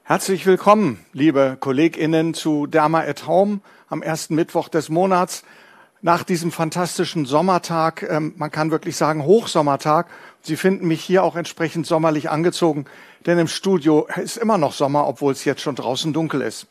Herzlich willkommen, liebe KollegInnen, zu Derma at Home am ersten Mittwoch des Monats. Nach diesem fantastischen Sommertag, man kann wirklich sagen Hochsommertag. Sie finden mich hier auch entsprechend sommerlich angezogen, denn im Studio ist immer noch Sommer, obwohl es jetzt schon draußen dunkel ist.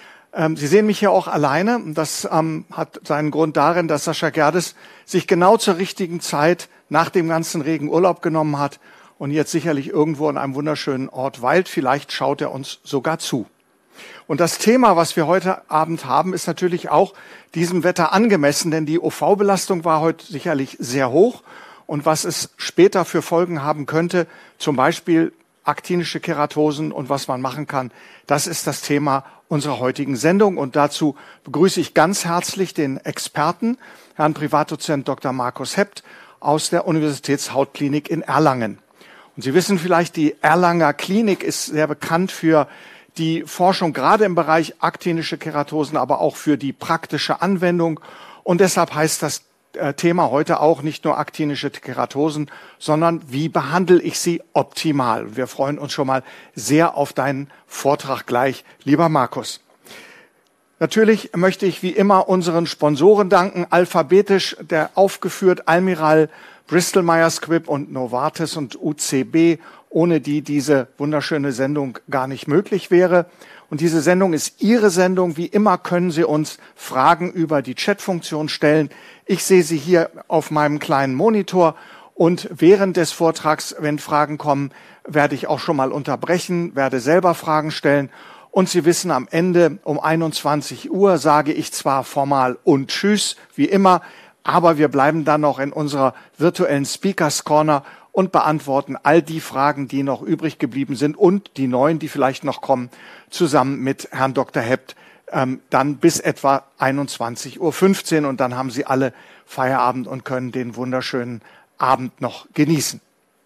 Sie sehen mich hier auch alleine. Das hat seinen Grund darin, dass Sascha Gerdes sich genau zur richtigen Zeit nach dem ganzen Regen Urlaub genommen hat und jetzt sicherlich irgendwo an einem wunderschönen Ort weilt. Vielleicht schaut er uns sogar zu. Und das Thema, was wir heute Abend haben, ist natürlich auch diesem Wetter angemessen, denn die UV-Belastung war heute sicherlich sehr hoch. Und was es später für Folgen haben könnte, zum Beispiel aktinische Keratosen und was man machen kann, das ist das Thema unserer heutigen Sendung. Und dazu begrüße ich ganz herzlich den Experten, Herrn Privatdozent Dr. Markus Hept aus der Universitätshautklinik in Erlangen. Und Sie wissen vielleicht, die Erlanger Klinik ist sehr bekannt für die Forschung, gerade im Bereich aktinische Keratosen, aber auch für die praktische Anwendung. Und deshalb heißt das Thema heute auch nicht nur aktinische Keratosen, sondern wie behandle ich sie optimal? Wir freuen uns schon mal sehr auf deinen Vortrag gleich, lieber Markus. Natürlich möchte ich wie immer unseren Sponsoren danken, alphabetisch aufgeführt Almirall, Bristol Myers Squibb und Novartis und UCB, ohne die diese wunderschöne Sendung gar nicht möglich wäre. Und diese Sendung ist Ihre Sendung. Wie immer können Sie uns Fragen über die Chatfunktion stellen. Ich sehe sie hier auf meinem kleinen Monitor und während des Vortrags, wenn Fragen kommen, werde ich auch schon mal unterbrechen, werde selber Fragen stellen. Und Sie wissen, am Ende um 21 Uhr sage ich zwar formal und Tschüss, wie immer, aber wir bleiben dann noch in unserer virtuellen Speakers Corner und beantworten all die Fragen, die noch übrig geblieben sind und die neuen, die vielleicht noch kommen, zusammen mit Herrn Dr. Hept, dann bis etwa 21:15 Uhr und dann haben Sie alle Feierabend und können den wunderschönen Abend noch genießen.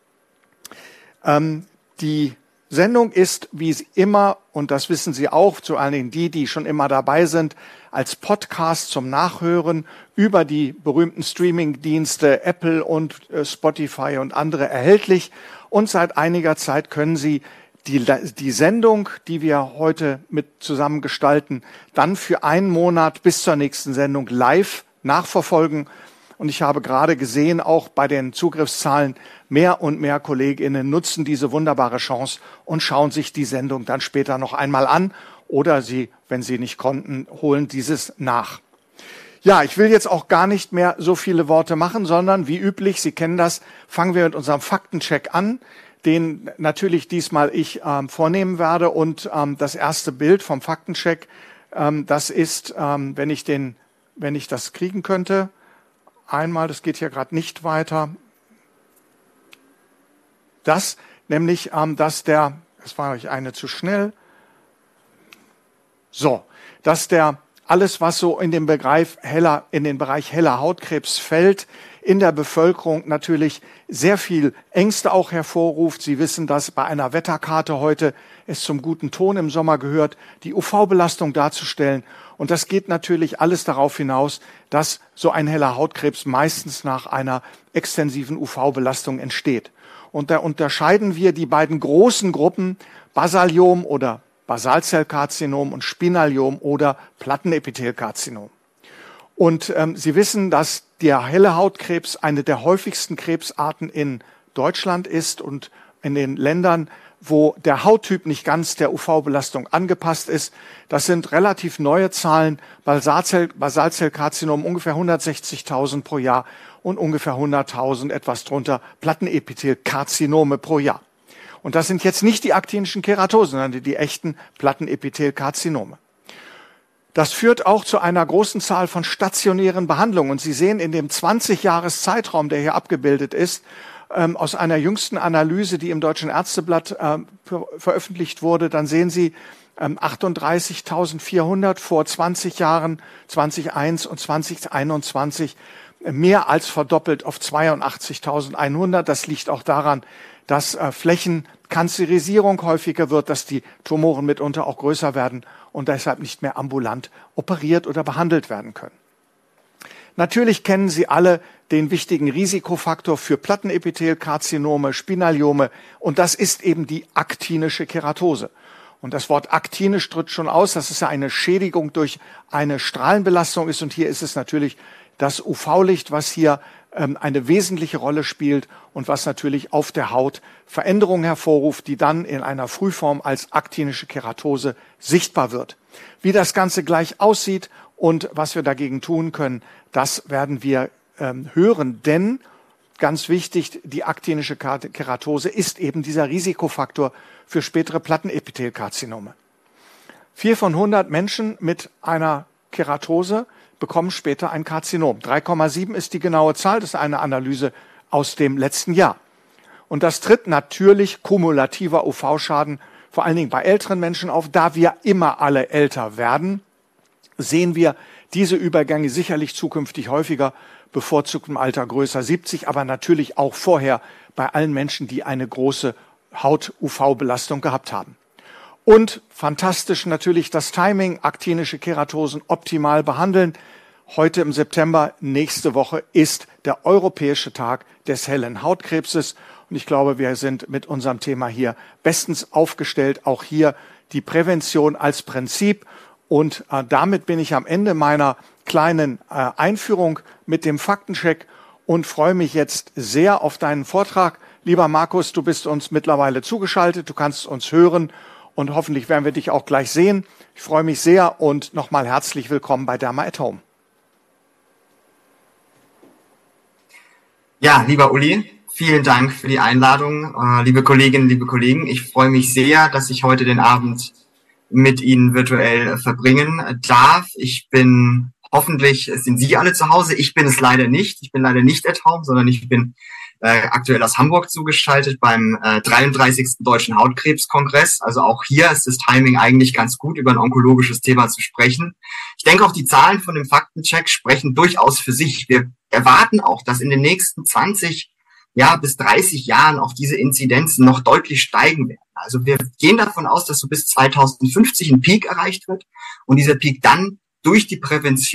Die Sendung ist, wie immer, und das wissen Sie auch, zu allen Dingen die schon immer dabei sind, als Podcast zum Nachhören über die berühmten Streaming-Dienste Apple und Spotify und andere erhältlich. Und seit einiger Zeit können Sie die Sendung, die wir heute mit zusammen gestalten, dann für einen Monat bis zur nächsten Sendung live nachverfolgen. Und ich habe gerade gesehen, auch bei den Zugriffszahlen, mehr und mehr KollegInnen nutzen diese wunderbare Chance und schauen sich die Sendung dann später noch einmal an. Oder Sie, wenn Sie nicht konnten, holen dieses nach. Ja, ich will jetzt auch gar nicht mehr so viele Worte machen, sondern wie üblich, Sie kennen das, fangen wir mit unserem Faktencheck an, den natürlich diesmal ich vornehmen werde. Und das erste Bild vom Faktencheck, das ist, wenn ich das kriegen könnte, einmal, das geht hier gerade nicht weiter, das nämlich, das war euch eine zu schnell, dass alles, was so in den Bereich heller Hautkrebs fällt, in der Bevölkerung natürlich sehr viel Ängste auch hervorruft. Sie wissen, dass bei einer Wetterkarte heute es zum guten Ton im Sommer gehört, die UV-Belastung darzustellen. Und das geht natürlich alles darauf hinaus, dass so ein heller Hautkrebs meistens nach einer extensiven UV-Belastung entsteht. Und da unterscheiden wir die beiden großen Gruppen Basaliom oder Basalzellkarzinom und Spinaliom oder Plattenepithelkarzinom. Und Sie wissen, dass der helle Hautkrebs eine der häufigsten Krebsarten in Deutschland ist und in den Ländern, wo der Hauttyp nicht ganz der UV-Belastung angepasst ist. Das sind relativ neue Zahlen. Basalzellkarzinom ungefähr 160.000 pro Jahr und ungefähr 100.000, etwas drunter, Plattenepithelkarzinome pro Jahr. Und das sind jetzt nicht die aktinischen Keratosen, sondern die echten Plattenepithelkarzinome. Das führt auch zu einer großen Zahl von stationären Behandlungen. Und Sie sehen in dem 20-Jahres-Zeitraum, der hier abgebildet ist, aus einer jüngsten Analyse, die im Deutschen Ärzteblatt veröffentlicht wurde, dann sehen Sie 38.400 vor 20 Jahren, 2001 und 2021, mehr als verdoppelt auf 82.100. Das liegt auch daran, dass Flächenkanzerisierung häufiger wird, dass die Tumoren mitunter auch größer werden und deshalb nicht mehr ambulant operiert oder behandelt werden können. Natürlich kennen Sie alle den wichtigen Risikofaktor für Plattenepithelkarzinome, Spinaliome und das ist eben die aktinische Keratose. Und das Wort aktinisch drückt schon aus, dass es ja eine Schädigung durch eine Strahlenbelastung ist. Und hier ist es natürlich das UV-Licht, was hier eine wesentliche Rolle spielt und was natürlich auf der Haut Veränderungen hervorruft, die dann in einer Frühform als aktinische Keratose sichtbar wird. Wie das Ganze gleich aussieht und was wir dagegen tun können, das werden wir hören, denn ganz wichtig, die aktinische Keratose ist eben dieser Risikofaktor für spätere Plattenepithelkarzinome. 4 von 100 Menschen mit einer Keratose bekommen später ein Karzinom. 3,7 ist die genaue Zahl, das ist eine Analyse aus dem letzten Jahr. Und das tritt natürlich kumulativer UV-Schaden vor allen Dingen bei älteren Menschen auf. Da wir immer alle älter werden, sehen wir diese Übergänge sicherlich zukünftig häufiger, bevorzugt im Alter größer 70, aber natürlich auch vorher bei allen Menschen, die eine große Haut-UV-Belastung gehabt haben. Und fantastisch natürlich das Timing, aktinische Keratosen optimal behandeln. Heute im September, nächste Woche, ist der Europäische Tag des hellen Hautkrebses. Und ich glaube, wir sind mit unserem Thema hier bestens aufgestellt. Auch hier die Prävention als Prinzip. Und damit bin ich am Ende meiner kleinen Einführung mit dem Faktencheck und freue mich jetzt sehr auf deinen Vortrag. Lieber Markus, du bist uns mittlerweile zugeschaltet. Du kannst uns hören. Und hoffentlich werden wir dich auch gleich sehen. Ich freue mich sehr und nochmal herzlich willkommen bei Derma at Home. Ja, lieber Uli, vielen Dank für die Einladung. Liebe Kolleginnen, liebe Kollegen, ich freue mich sehr, dass ich heute den Abend mit Ihnen virtuell verbringen darf. Hoffentlich sind Sie alle zu Hause. Ich bin es leider nicht. Ich bin leider nicht at home, sondern ich bin aktuell aus Hamburg zugeschaltet beim 33. Deutschen Hautkrebskongress. Also auch hier ist das Timing eigentlich ganz gut, über ein onkologisches Thema zu sprechen. Ich denke, auch die Zahlen von dem Faktencheck sprechen durchaus für sich. Wir erwarten auch, dass in den nächsten 20 bis 30 Jahren auch diese Inzidenzen noch deutlich steigen werden. Also wir gehen davon aus, dass so bis 2050 ein Peak erreicht wird und dieser Peak dann durch die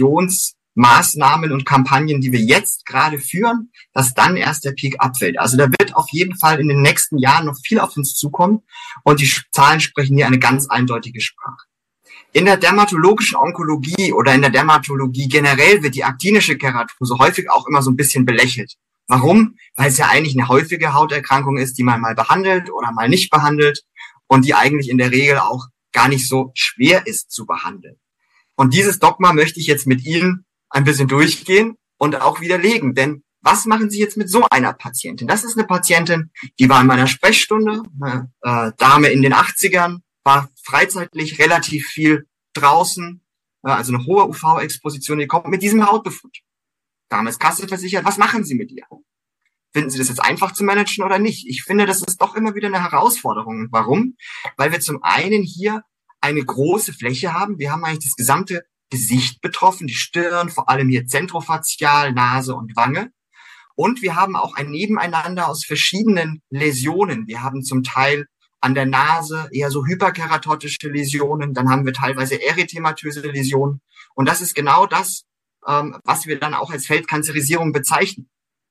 Präventionsmaßnahmen und Kampagnen, die wir jetzt gerade führen, dass dann erst der Peak abfällt. Also da wird auf jeden Fall in den nächsten Jahren noch viel auf uns zukommen und die Zahlen sprechen hier eine ganz eindeutige Sprache. In der dermatologischen Onkologie oder in der Dermatologie generell wird die aktinische Keratose häufig auch immer so ein bisschen belächelt. Warum? Weil es ja eigentlich eine häufige Hauterkrankung ist, die man mal behandelt oder mal nicht behandelt und die eigentlich in der Regel auch gar nicht so schwer ist zu behandeln. Und dieses Dogma möchte ich jetzt mit Ihnen ein bisschen durchgehen und auch widerlegen. Denn was machen Sie jetzt mit so einer Patientin? Das ist eine Patientin, die war in meiner Sprechstunde, eine Dame in den 80ern, war freizeitlich relativ viel draußen, also eine hohe UV-Exposition, die kommt mit diesem Hautbefund. Dame ist kasseversichert. Was machen Sie mit ihr? Finden Sie das jetzt einfach zu managen oder nicht? Ich finde, das ist doch immer wieder eine Herausforderung. Warum? Weil wir zum einen hier eine große Fläche haben. Wir haben eigentlich das gesamte Gesicht betroffen, die Stirn, vor allem hier zentrofazial, Nase und Wange. Und wir haben auch ein Nebeneinander aus verschiedenen Läsionen. Wir haben zum Teil an der Nase eher so hyperkeratotische Läsionen. Dann haben wir teilweise erythematöse Läsionen. Und das ist genau das, was wir dann auch als Feldkanzerisierung bezeichnen.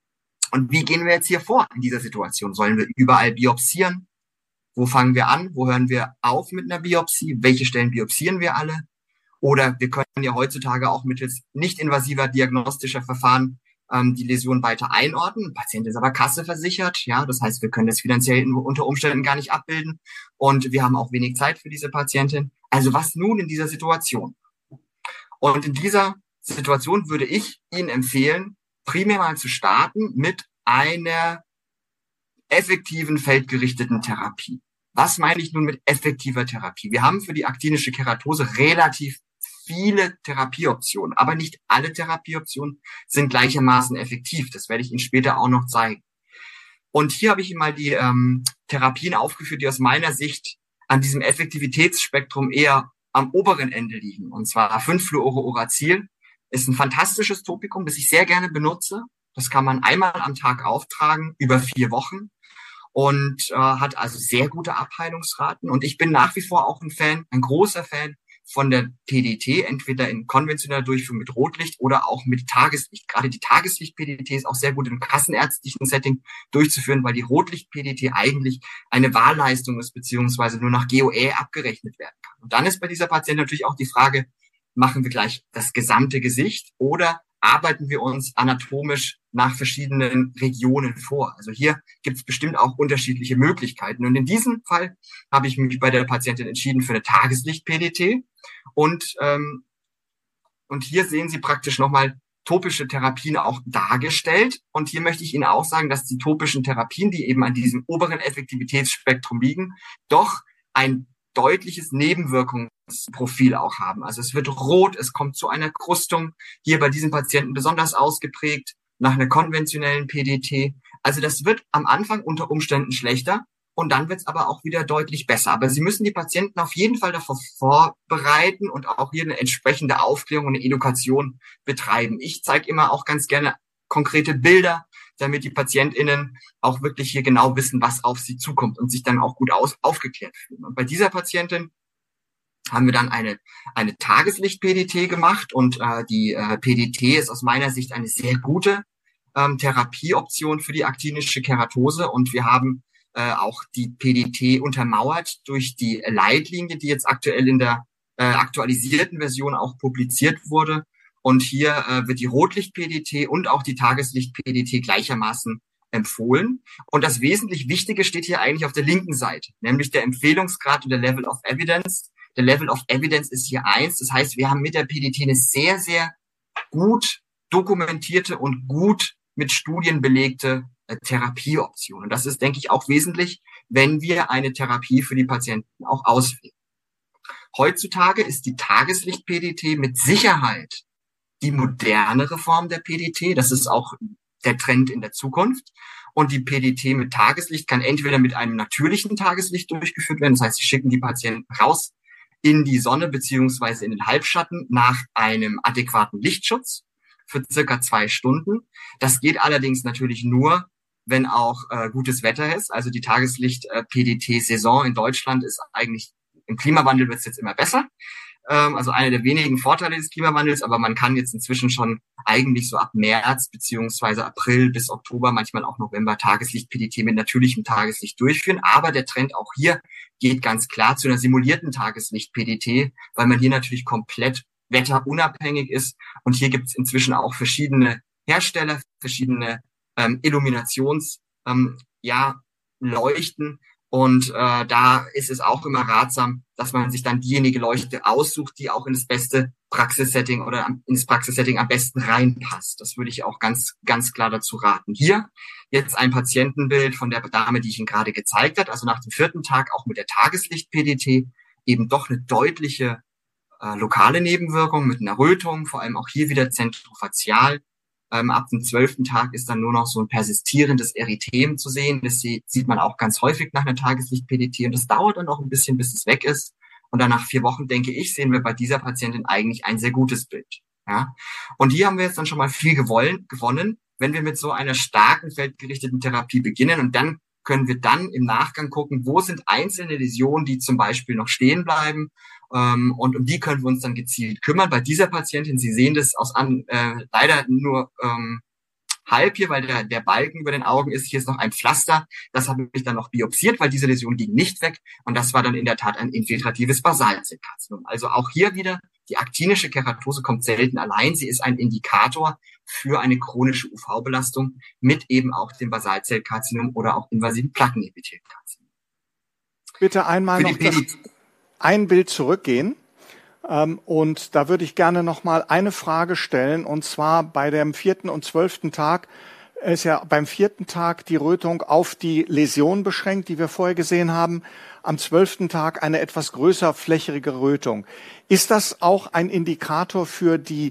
Und wie gehen wir jetzt hier vor in dieser Situation? Sollen wir überall biopsieren? Wo fangen wir an? Wo hören wir auf mit einer Biopsie? Welche Stellen biopsieren wir alle? Oder wir können ja heutzutage auch mittels nicht-invasiver diagnostischer Verfahren die Läsion weiter einordnen. Der Patient ist aber kasseversichert. Ja, das heißt, wir können das finanziell unter Umständen gar nicht abbilden. Und wir haben auch wenig Zeit für diese Patientin. Also was nun in dieser Situation? Und in dieser Situation würde ich Ihnen empfehlen, primär mal zu starten mit einer effektiven feldgerichteten Therapie. Was meine ich nun mit effektiver Therapie? Wir haben für die aktinische Keratose relativ viele Therapieoptionen, aber nicht alle Therapieoptionen sind gleichermaßen effektiv. Das werde ich Ihnen später auch noch zeigen. Und hier habe ich Ihnen mal die Therapien aufgeführt, die aus meiner Sicht an diesem Effektivitätsspektrum eher am oberen Ende liegen. Und zwar 5-Fluorouracil ist ein fantastisches Topikum, das ich sehr gerne benutze. Das kann man einmal am Tag auftragen, über 4 Wochen. Und hat also sehr gute Abheilungsraten. Und ich bin nach wie vor auch ein großer Fan von der PDT, entweder in konventioneller Durchführung mit Rotlicht oder auch mit Tageslicht. Gerade die Tageslicht-PDT ist auch sehr gut im kassenärztlichen Setting durchzuführen, weil die Rotlicht-PDT eigentlich eine Wahlleistung ist, beziehungsweise nur nach GOE abgerechnet werden kann. Und dann ist bei dieser Patientin natürlich auch die Frage, machen wir gleich das gesamte Gesicht oder arbeiten wir uns anatomisch nach verschiedenen Regionen vor. Also hier gibt es bestimmt auch unterschiedliche Möglichkeiten. Und in diesem Fall habe ich mich bei der Patientin entschieden für eine Tageslicht-PDT. Und hier sehen Sie praktisch nochmal topische Therapien auch dargestellt. Und hier möchte ich Ihnen auch sagen, dass die topischen Therapien, die eben an diesem oberen Effektivitätsspektrum liegen, doch ein deutliches Nebenwirkungsprofil auch haben. Also es wird rot, es kommt zu einer Krustung, hier bei diesen Patienten besonders ausgeprägt, nach einer konventionellen PDT. Also das wird am Anfang unter Umständen schlechter und dann wird es aber auch wieder deutlich besser. Aber Sie müssen die Patienten auf jeden Fall davor vorbereiten und auch hier eine entsprechende Aufklärung und eine Edukation betreiben. Ich zeige immer auch ganz gerne konkrete Bilder, damit die PatientInnen auch wirklich hier genau wissen, was auf sie zukommt und sich dann auch gut aufgeklärt fühlen. Und bei dieser Patientin haben wir dann eine Tageslicht-PDT gemacht und die PDT ist aus meiner Sicht eine sehr gute Therapieoption für die aktinische Keratose und wir haben auch die PDT untermauert durch die Leitlinie, die jetzt aktuell in der aktualisierten Version auch publiziert wurde. Und hier wird die Rotlicht-PDT und auch die Tageslicht-PDT gleichermaßen empfohlen. Und das wesentlich Wichtige steht hier eigentlich auf der linken Seite, nämlich der Empfehlungsgrad und der Level of Evidence. Der Level of Evidence ist hier 1. Das heißt, wir haben mit der PDT eine sehr, sehr gut dokumentierte und gut mit Studien belegte Therapieoption. Und das ist, denke ich, auch wesentlich, wenn wir eine Therapie für die Patienten auch auswählen. Heutzutage ist die Tageslicht-PDT mit Sicherheit die modernere Form der PDT. Das ist auch der Trend in der Zukunft. Und die PDT mit Tageslicht kann entweder mit einem natürlichen Tageslicht durchgeführt werden. Das heißt, sie schicken die Patienten raus in die Sonne beziehungsweise in den Halbschatten nach einem adäquaten Lichtschutz für circa 2 Stunden. Das geht allerdings natürlich nur, wenn auch gutes Wetter ist. Also die Tageslicht-PDT-Saison in Deutschland ist eigentlich, im Klimawandel wird es jetzt immer besser. Also einer der wenigen Vorteile des Klimawandels, aber man kann jetzt inzwischen schon eigentlich so ab März beziehungsweise April bis Oktober, manchmal auch November Tageslicht-PDT mit natürlichem Tageslicht durchführen. Aber der Trend auch hier geht ganz klar zu einer simulierten Tageslicht-PDT, weil man hier natürlich komplett wetterunabhängig ist. Und hier gibt es inzwischen auch verschiedene Hersteller, verschiedene Illuminations Leuchten. Und da ist es auch immer ratsam, dass man sich dann diejenige Leuchte aussucht, die auch in das beste Praxissetting oder in das Praxissetting am besten reinpasst. Das würde ich auch ganz, ganz klar dazu raten. Hier jetzt ein Patientenbild von der Dame, die ich Ihnen gerade gezeigt habe. Also nach dem 4. Tag auch mit der Tageslicht-PDT eben doch eine deutliche lokale Nebenwirkung mit einer Rötung, vor allem auch hier wieder zentrofazial. Ab dem 12. Tag ist dann nur noch so ein persistierendes Erythem zu sehen. Das sieht man auch ganz häufig nach einer Tageslicht-PDT und das dauert dann auch ein bisschen, bis es weg ist. Und dann nach 4 Wochen, denke ich, sehen wir bei dieser Patientin eigentlich ein sehr gutes Bild. Ja? Und hier haben wir jetzt dann schon mal viel gewonnen, wenn wir mit so einer starken feldgerichteten Therapie beginnen und dann können wir dann im Nachgang gucken, wo sind einzelne Läsionen, die zum Beispiel noch stehen bleiben. Und um die können wir uns dann gezielt kümmern. Bei dieser Patientin, Sie sehen das leider nur halb hier, weil der Balken über den Augen ist. Hier ist noch ein Pflaster. Das habe ich dann noch biopsiert, weil diese Läsion ging nicht weg. Und das war dann in der Tat ein infiltratives Basalzellkarzinom. Also auch hier wieder, die aktinische Keratose kommt selten allein. Sie ist ein Indikator für eine chronische UV-Belastung mit eben auch dem Basalzellkarzinom oder auch invasiven Plackenepithelkarzinom. Bitte einmal noch ein Bild zurückgehen. Und da würde ich gerne noch mal eine Frage stellen. Und zwar bei dem 4. und 12. Tag ist ja beim 4. Tag die Rötung auf die Läsion beschränkt, die wir vorher gesehen haben. Am 12. Tag eine etwas größerflächige Rötung. Ist das auch ein Indikator für die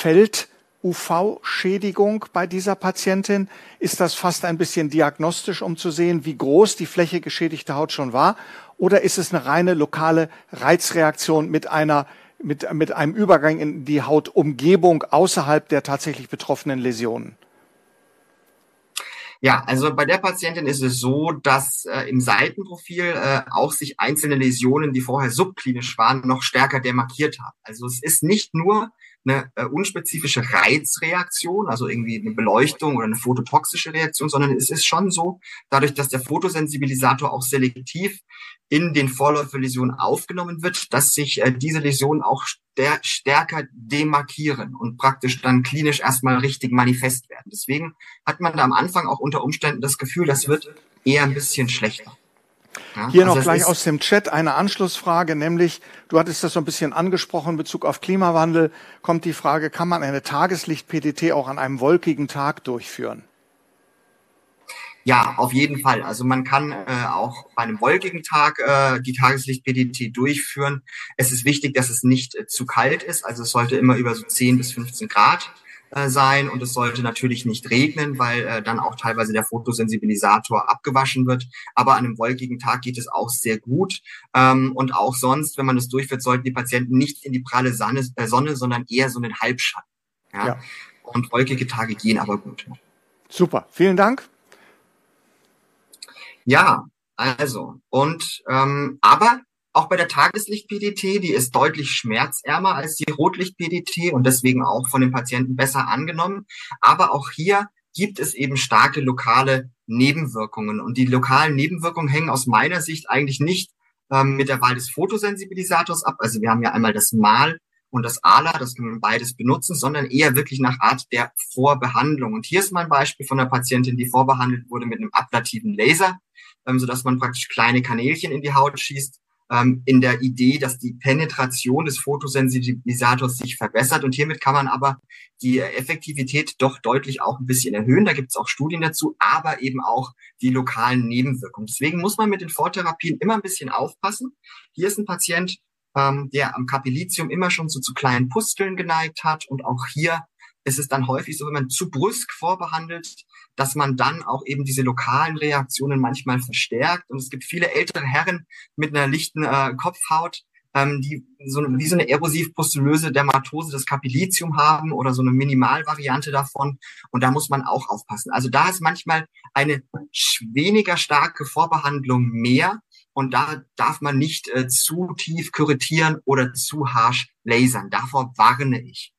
Feld-UV-Schädigung bei dieser Patientin? Ist das fast ein bisschen diagnostisch, um zu sehen, wie groß die Fläche geschädigter Haut schon war? Oder ist es eine reine lokale Reizreaktion mit einem Übergang in die Hautumgebung außerhalb der tatsächlich betroffenen Läsionen? Ja, also bei der Patientin ist es so, dass im Seitenprofil auch sich einzelne Läsionen, die vorher subklinisch waren, noch stärker demarkiert haben. Also es ist nicht nur eine unspezifische Reizreaktion, also irgendwie eine Beleuchtung oder eine phototoxische Reaktion, sondern es ist schon so, dadurch, dass der Photosensibilisator auch selektiv in den Vorläuferläsionen aufgenommen wird, dass sich diese Läsionen auch stärker demarkieren und praktisch dann klinisch erstmal richtig manifest werden. Deswegen hat man da am Anfang auch unter Umständen das Gefühl, das wird eher ein bisschen schlechter. Ja, Hier also noch gleich aus dem Chat eine Anschlussfrage, nämlich, du hattest das so ein bisschen angesprochen in Bezug auf Klimawandel, kommt die Frage, kann man eine Tageslicht-PDT auch an einem wolkigen Tag durchführen? Ja, auf jeden Fall. Also man kann auch bei einem wolkigen Tag die Tageslicht-PDT durchführen. Es ist wichtig, dass es nicht zu kalt ist. Also es sollte immer über so 10 bis 15 Grad sein und es sollte natürlich nicht regnen, weil dann auch teilweise der Photosensibilisator abgewaschen wird. Aber an einem wolkigen Tag geht es auch sehr gut. Und auch sonst, wenn man es durchführt, sollten die Patienten nicht in die pralle Sonne, sondern eher so einen Halbschatten. Ja? Und wolkige Tage gehen aber gut. Super, vielen Dank. Ja, also aber auch bei der Tageslicht-PDT, die ist deutlich schmerzärmer als die Rotlicht-PDT und deswegen auch von den Patienten besser angenommen. Aber auch hier gibt es eben starke lokale Nebenwirkungen und die lokalen Nebenwirkungen hängen aus meiner Sicht eigentlich nicht mit der Wahl des Photosensibilisators ab. Also wir haben ja einmal das MAL und das ALA, das kann man beides benutzen, sondern eher wirklich nach Art der Vorbehandlung. Und hier ist mal ein Beispiel von einer Patientin, die vorbehandelt wurde mit einem ablativen Laser, sodass man praktisch kleine Kanälchen in die Haut schießt, in der Idee, dass die Penetration des Photosensibilisators sich verbessert. Und hiermit kann man aber die Effektivität doch deutlich auch ein bisschen erhöhen. Da gibt es auch Studien dazu, aber eben auch die lokalen Nebenwirkungen. Deswegen muss man mit den Vortherapien immer ein bisschen aufpassen. Hier ist ein Patient, der am Kapellitium immer schon so zu kleinen Pusteln geneigt hat. Und auch hier ist es dann häufig so, wenn man zu brüsk vorbehandelt, dass man dann auch eben diese lokalen Reaktionen manchmal verstärkt. Und es gibt viele ältere Herren mit einer lichten Kopfhaut, die wie so eine erosiv-pustulöse Dermatose des Kapellitium haben oder so eine Minimalvariante davon. Und da muss man auch aufpassen. Also da ist manchmal eine weniger starke Vorbehandlung mehr. Und da darf man nicht zu tief kuratieren oder zu harsch lasern. Davor warne ich.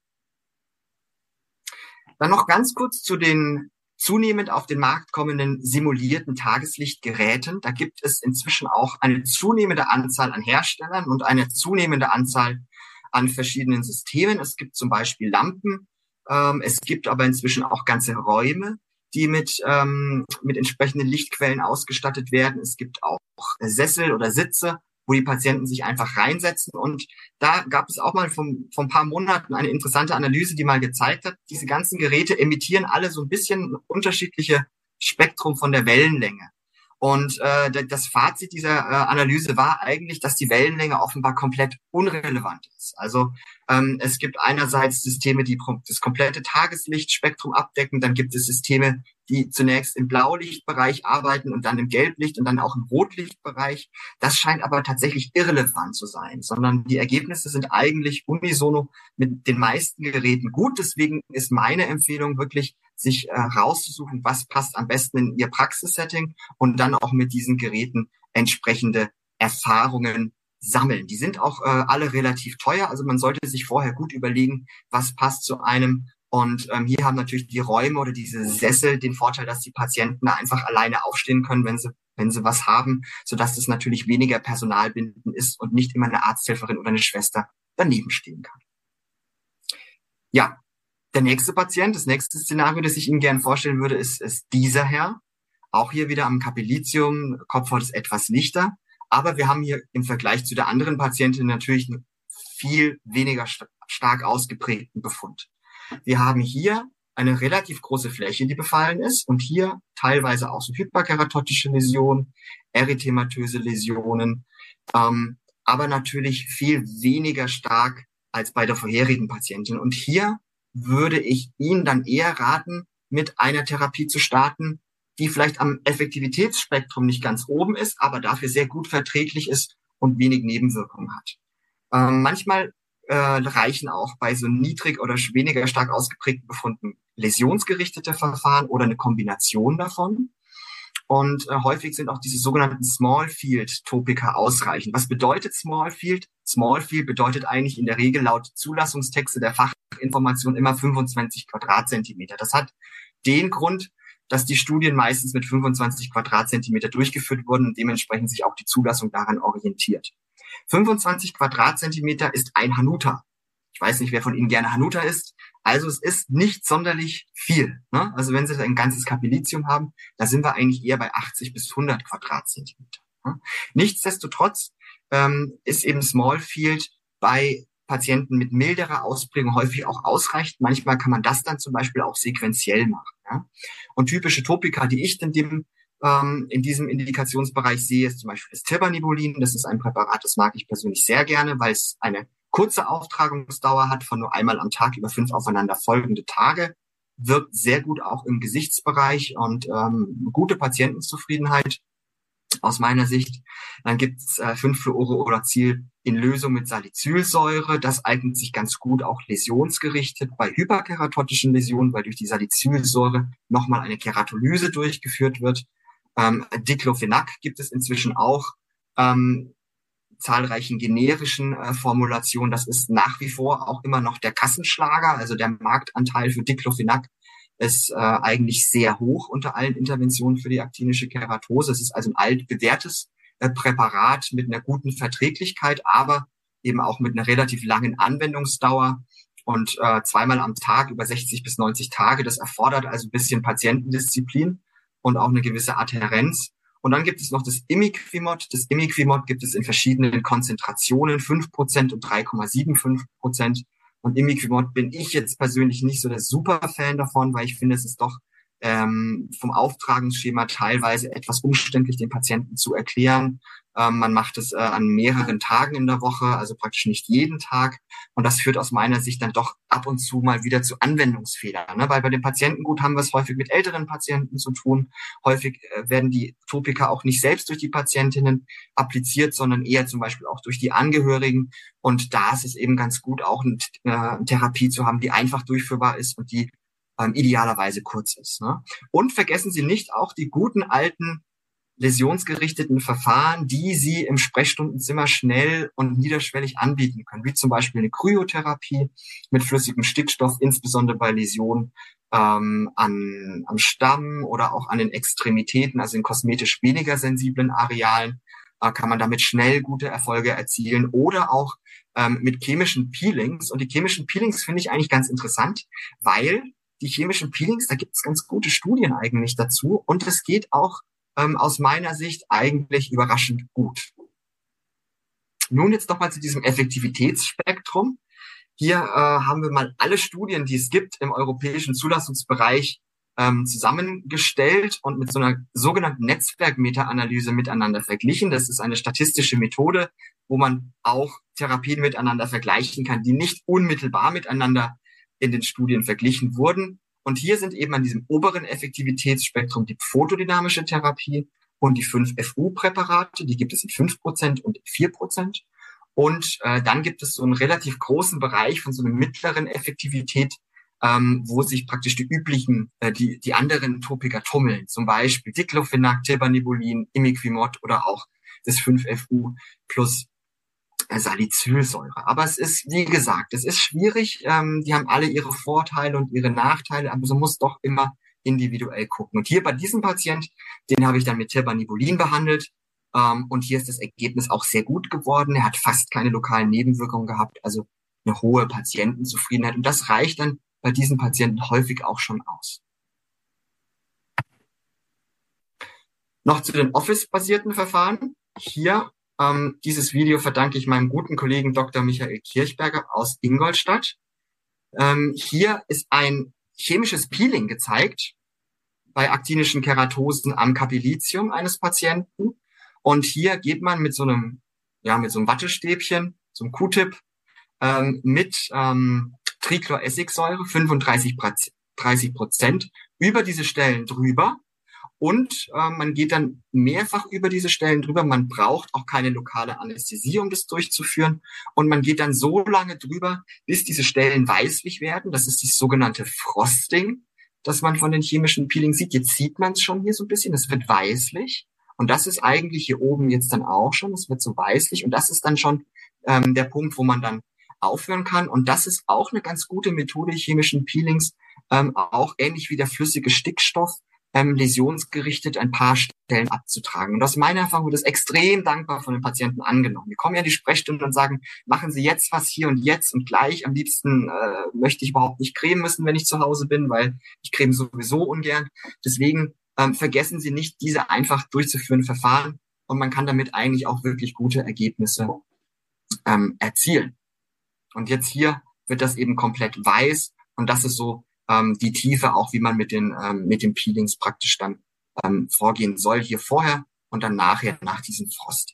Dann noch ganz kurz zu den zunehmend auf den Markt kommenden simulierten Tageslichtgeräten. Da gibt es inzwischen auch eine zunehmende Anzahl an Herstellern und eine zunehmende Anzahl an verschiedenen Systemen. Es gibt zum Beispiel Lampen. Es gibt aber inzwischen auch ganze Räume, die mit entsprechenden Lichtquellen ausgestattet werden. Es gibt auch Sessel oder Sitze, wo die Patienten sich einfach reinsetzen. Und da gab es auch mal vor ein paar Monaten eine interessante Analyse, die mal gezeigt hat, diese ganzen Geräte emittieren alle so ein bisschen unterschiedliche Spektrum von der Wellenlänge. Und das Fazit dieser Analyse war eigentlich, dass die Wellenlänge offenbar komplett unrelevant ist. Also es gibt einerseits Systeme, die das komplette Tageslichtspektrum abdecken, dann gibt es Systeme, die zunächst im Blaulichtbereich arbeiten und dann im Gelblicht und dann auch im Rotlichtbereich. Das scheint aber tatsächlich irrelevant zu sein, sondern die Ergebnisse sind eigentlich unisono mit den meisten Geräten gut. Deswegen ist meine Empfehlung wirklich, sich rauszusuchen, was passt am besten in Ihr Praxissetting und dann auch mit diesen Geräten entsprechende Erfahrungen sammeln. Die sind auch alle relativ teuer, also man sollte sich vorher gut überlegen, was passt zu einem. Und hier haben natürlich die Räume oder diese Sessel den Vorteil, dass die Patienten da einfach alleine aufstehen können, wenn sie was haben, sodass das natürlich weniger personalbindend ist und nicht immer eine Arzthelferin oder eine Schwester daneben stehen kann. Ja, der nächste Patient, das nächste Szenario, das ich Ihnen gerne vorstellen würde, ist dieser Herr. Auch hier wieder am Kapellitium, Kopfhaut ist etwas lichter. Aber wir haben hier im Vergleich zu der anderen Patientin natürlich einen viel weniger stark ausgeprägten Befund. Wir haben hier eine relativ große Fläche, die befallen ist und hier teilweise auch so hyperkeratotische Läsionen, erythematöse Läsionen, aber natürlich viel weniger stark als bei der vorherigen Patientin. Und hier würde ich Ihnen dann eher raten, mit einer Therapie zu starten, die vielleicht am Effektivitätsspektrum nicht ganz oben ist, aber dafür sehr gut verträglich ist und wenig Nebenwirkungen hat. Manchmal reichen auch bei so niedrig oder weniger stark ausgeprägten Befunden läsionsgerichtete Verfahren oder eine Kombination davon. Und häufig sind auch diese sogenannten Small Field Topika ausreichend. Was bedeutet Small Field? Small Field bedeutet eigentlich in der Regel laut Zulassungstexte der Fachinformation immer 25 Quadratzentimeter. Das hat den Grund, dass die Studien meistens mit 25 Quadratzentimeter durchgeführt wurden und dementsprechend sich auch die Zulassung daran orientiert. 25 Quadratzentimeter ist ein Hanuta. Ich weiß nicht, wer von Ihnen gerne Hanuta isst. Also es ist nicht sonderlich viel. Ne? Also wenn Sie ein ganzes Kapellitium haben, da sind wir eigentlich eher bei 80 bis 100 Quadratzentimeter. Ne? Nichtsdestotrotz ist eben Small Field bei Patienten mit milderer Ausprägung häufig auch ausreichend. Manchmal kann man das dann zum Beispiel auch sequenziell machen. Ja? Und typische Topika, die ich in diesem Indikationsbereich sehe, ist zum Beispiel das Tirbanibulin. Das ist ein Präparat, das mag ich persönlich sehr gerne, weil es eine kurze Auftragungsdauer hat von nur einmal am Tag über 5 aufeinander folgende Tage, wirkt sehr gut auch im Gesichtsbereich und gute Patientenzufriedenheit aus meiner Sicht. Dann gibt's 5-Fluorouracil in Lösung mit Salicylsäure. Das eignet sich ganz gut auch läsionsgerichtet bei hyperkeratotischen Läsionen, weil durch die Salicylsäure nochmal eine Keratolyse durchgeführt wird. Diclofenac gibt es inzwischen auch zahlreichen generischen Formulationen. Das ist nach wie vor auch immer noch der Kassenschlager. Also der Marktanteil für Diclofenac ist eigentlich sehr hoch unter allen Interventionen für die aktinische Keratose. Es ist also ein altbewährtes Präparat mit einer guten Verträglichkeit, aber eben auch mit einer relativ langen Anwendungsdauer und zweimal am Tag über 60 bis 90 Tage. Das erfordert also ein bisschen Patientendisziplin und auch eine gewisse Adhärenz. Und dann gibt es noch das Imiquimod. Das Imiquimod gibt es in verschiedenen Konzentrationen, 5% und 3,75%. Und Imiquimod bin ich jetzt persönlich nicht so der Superfan davon, weil ich finde, es ist doch vom Auftragungsschema teilweise etwas umständlich, den Patienten zu erklären. Man macht es an mehreren Tagen in der Woche, also praktisch nicht jeden Tag. Und das führt aus meiner Sicht dann doch ab und zu mal wieder zu Anwendungsfehlern. Ne? Weil bei dem Patientengut haben wir es häufig mit älteren Patienten zu tun. Häufig werden die Topika auch nicht selbst durch die Patientinnen appliziert, sondern eher zum Beispiel auch durch die Angehörigen. Und da ist es eben ganz gut, auch eine Therapie zu haben, die einfach durchführbar ist und die idealerweise kurz ist. Ne? Und vergessen Sie nicht auch die guten alten läsionsgerichteten Verfahren, die Sie im Sprechstundenzimmer schnell und niederschwellig anbieten können, wie zum Beispiel eine Kryotherapie mit flüssigem Stickstoff, insbesondere bei Läsionen am Stamm oder auch an den Extremitäten, also in kosmetisch weniger sensiblen Arealen, kann man damit schnell gute Erfolge erzielen oder auch mit chemischen Peelings. Und die chemischen Peelings finde ich eigentlich ganz interessant, weil die chemischen Peelings, da gibt es ganz gute Studien eigentlich dazu und es geht auch aus meiner Sicht eigentlich überraschend gut. Nun jetzt nochmal zu diesem Effektivitätsspektrum. Hier haben wir mal alle Studien, die es gibt im europäischen Zulassungsbereich zusammengestellt und mit so einer sogenannten Netzwerk-Meta-Analyse miteinander verglichen. Das ist eine statistische Methode, wo man auch Therapien miteinander vergleichen kann, die nicht unmittelbar miteinander in den Studien verglichen wurden. Und hier sind eben an diesem oberen Effektivitätsspektrum die photodynamische Therapie und die 5-FU-Präparate, die gibt es in 5% und 4%. Und dann gibt es so einen relativ großen Bereich von so einer mittleren Effektivität, wo sich praktisch die üblichen, die anderen Topika tummeln, zum Beispiel Diclofenac, Tirbanibulin, Imiquimod oder auch das 5-FU plus Salicylsäure. Aber es ist, wie gesagt, es ist schwierig. Die haben alle ihre Vorteile und ihre Nachteile, aber so muss doch immer individuell gucken. Und hier bei diesem Patient, den habe ich dann mit Tirbanibulin behandelt. Und hier ist das Ergebnis auch sehr gut geworden. Er hat fast keine lokalen Nebenwirkungen gehabt, also eine hohe Patientenzufriedenheit. Und das reicht dann bei diesen Patienten häufig auch schon aus. Noch zu den Office-basierten Verfahren. Hier dieses Video verdanke ich meinem guten Kollegen Dr. Michael Kirchberger aus Ingolstadt. Hier ist ein chemisches Peeling gezeigt bei aktinischen Keratosen am Kapellitium eines Patienten. Und hier geht man mit so einem Wattestäbchen, so einem Q-Tip, mit Trichloressigsäure, 35% über diese Stellen drüber. Und man geht dann mehrfach über diese Stellen drüber. Man braucht auch keine lokale Anästhesie, um das durchzuführen. Und man geht dann so lange drüber, bis diese Stellen weißlich werden. Das ist das sogenannte Frosting. das man von den chemischen Peelings sieht. Jetzt sieht man es schon hier so ein bisschen, es wird weißlich. Und das ist eigentlich hier oben jetzt dann auch schon, es wird so weißlich. Und das ist dann schon der Punkt, wo man dann aufhören kann. Und das ist auch eine ganz gute Methode, chemischen Peelings, auch ähnlich wie der flüssige Stickstoff, läsionsgerichtet ein paar Stellen abzutragen. Und aus meiner Erfahrung wird es extrem dankbar von den Patienten angenommen. Wir kommen ja in die Sprechstunde und sagen, machen Sie jetzt was hier und jetzt und gleich. Am liebsten möchte ich überhaupt nicht cremen müssen, wenn ich zu Hause bin, weil ich creme sowieso ungern. Deswegen vergessen Sie nicht diese einfach durchzuführenden Verfahren und man kann damit eigentlich auch wirklich gute Ergebnisse erzielen. Und jetzt hier wird das eben komplett weiß und das ist so die Tiefe, auch wie man mit den Peelings praktisch dann vorgehen soll, hier vorher und dann nachher, nach diesem Frost.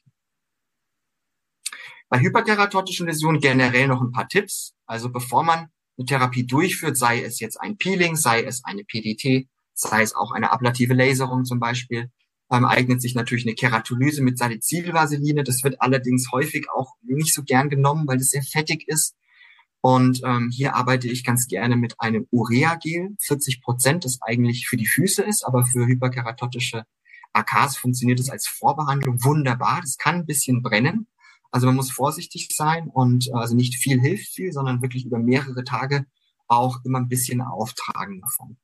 Bei hyperkeratotischen Läsionen generell noch ein paar Tipps. Also bevor man eine Therapie durchführt, sei es jetzt ein Peeling, sei es eine PDT, sei es auch eine ablative Laserung zum Beispiel, eignet sich natürlich eine Keratolyse mit Salicylvaseline. Das wird allerdings häufig auch nicht so gern genommen, weil das sehr fettig ist. Und hier arbeite ich ganz gerne mit einem Urea-Gel, 40%, das eigentlich für die Füße ist, aber für hyperkeratotische AKs funktioniert es als Vorbehandlung wunderbar. Das kann ein bisschen brennen. Also man muss vorsichtig sein und also nicht viel hilft viel, sondern wirklich über mehrere Tage auch immer ein bisschen auftragen davon.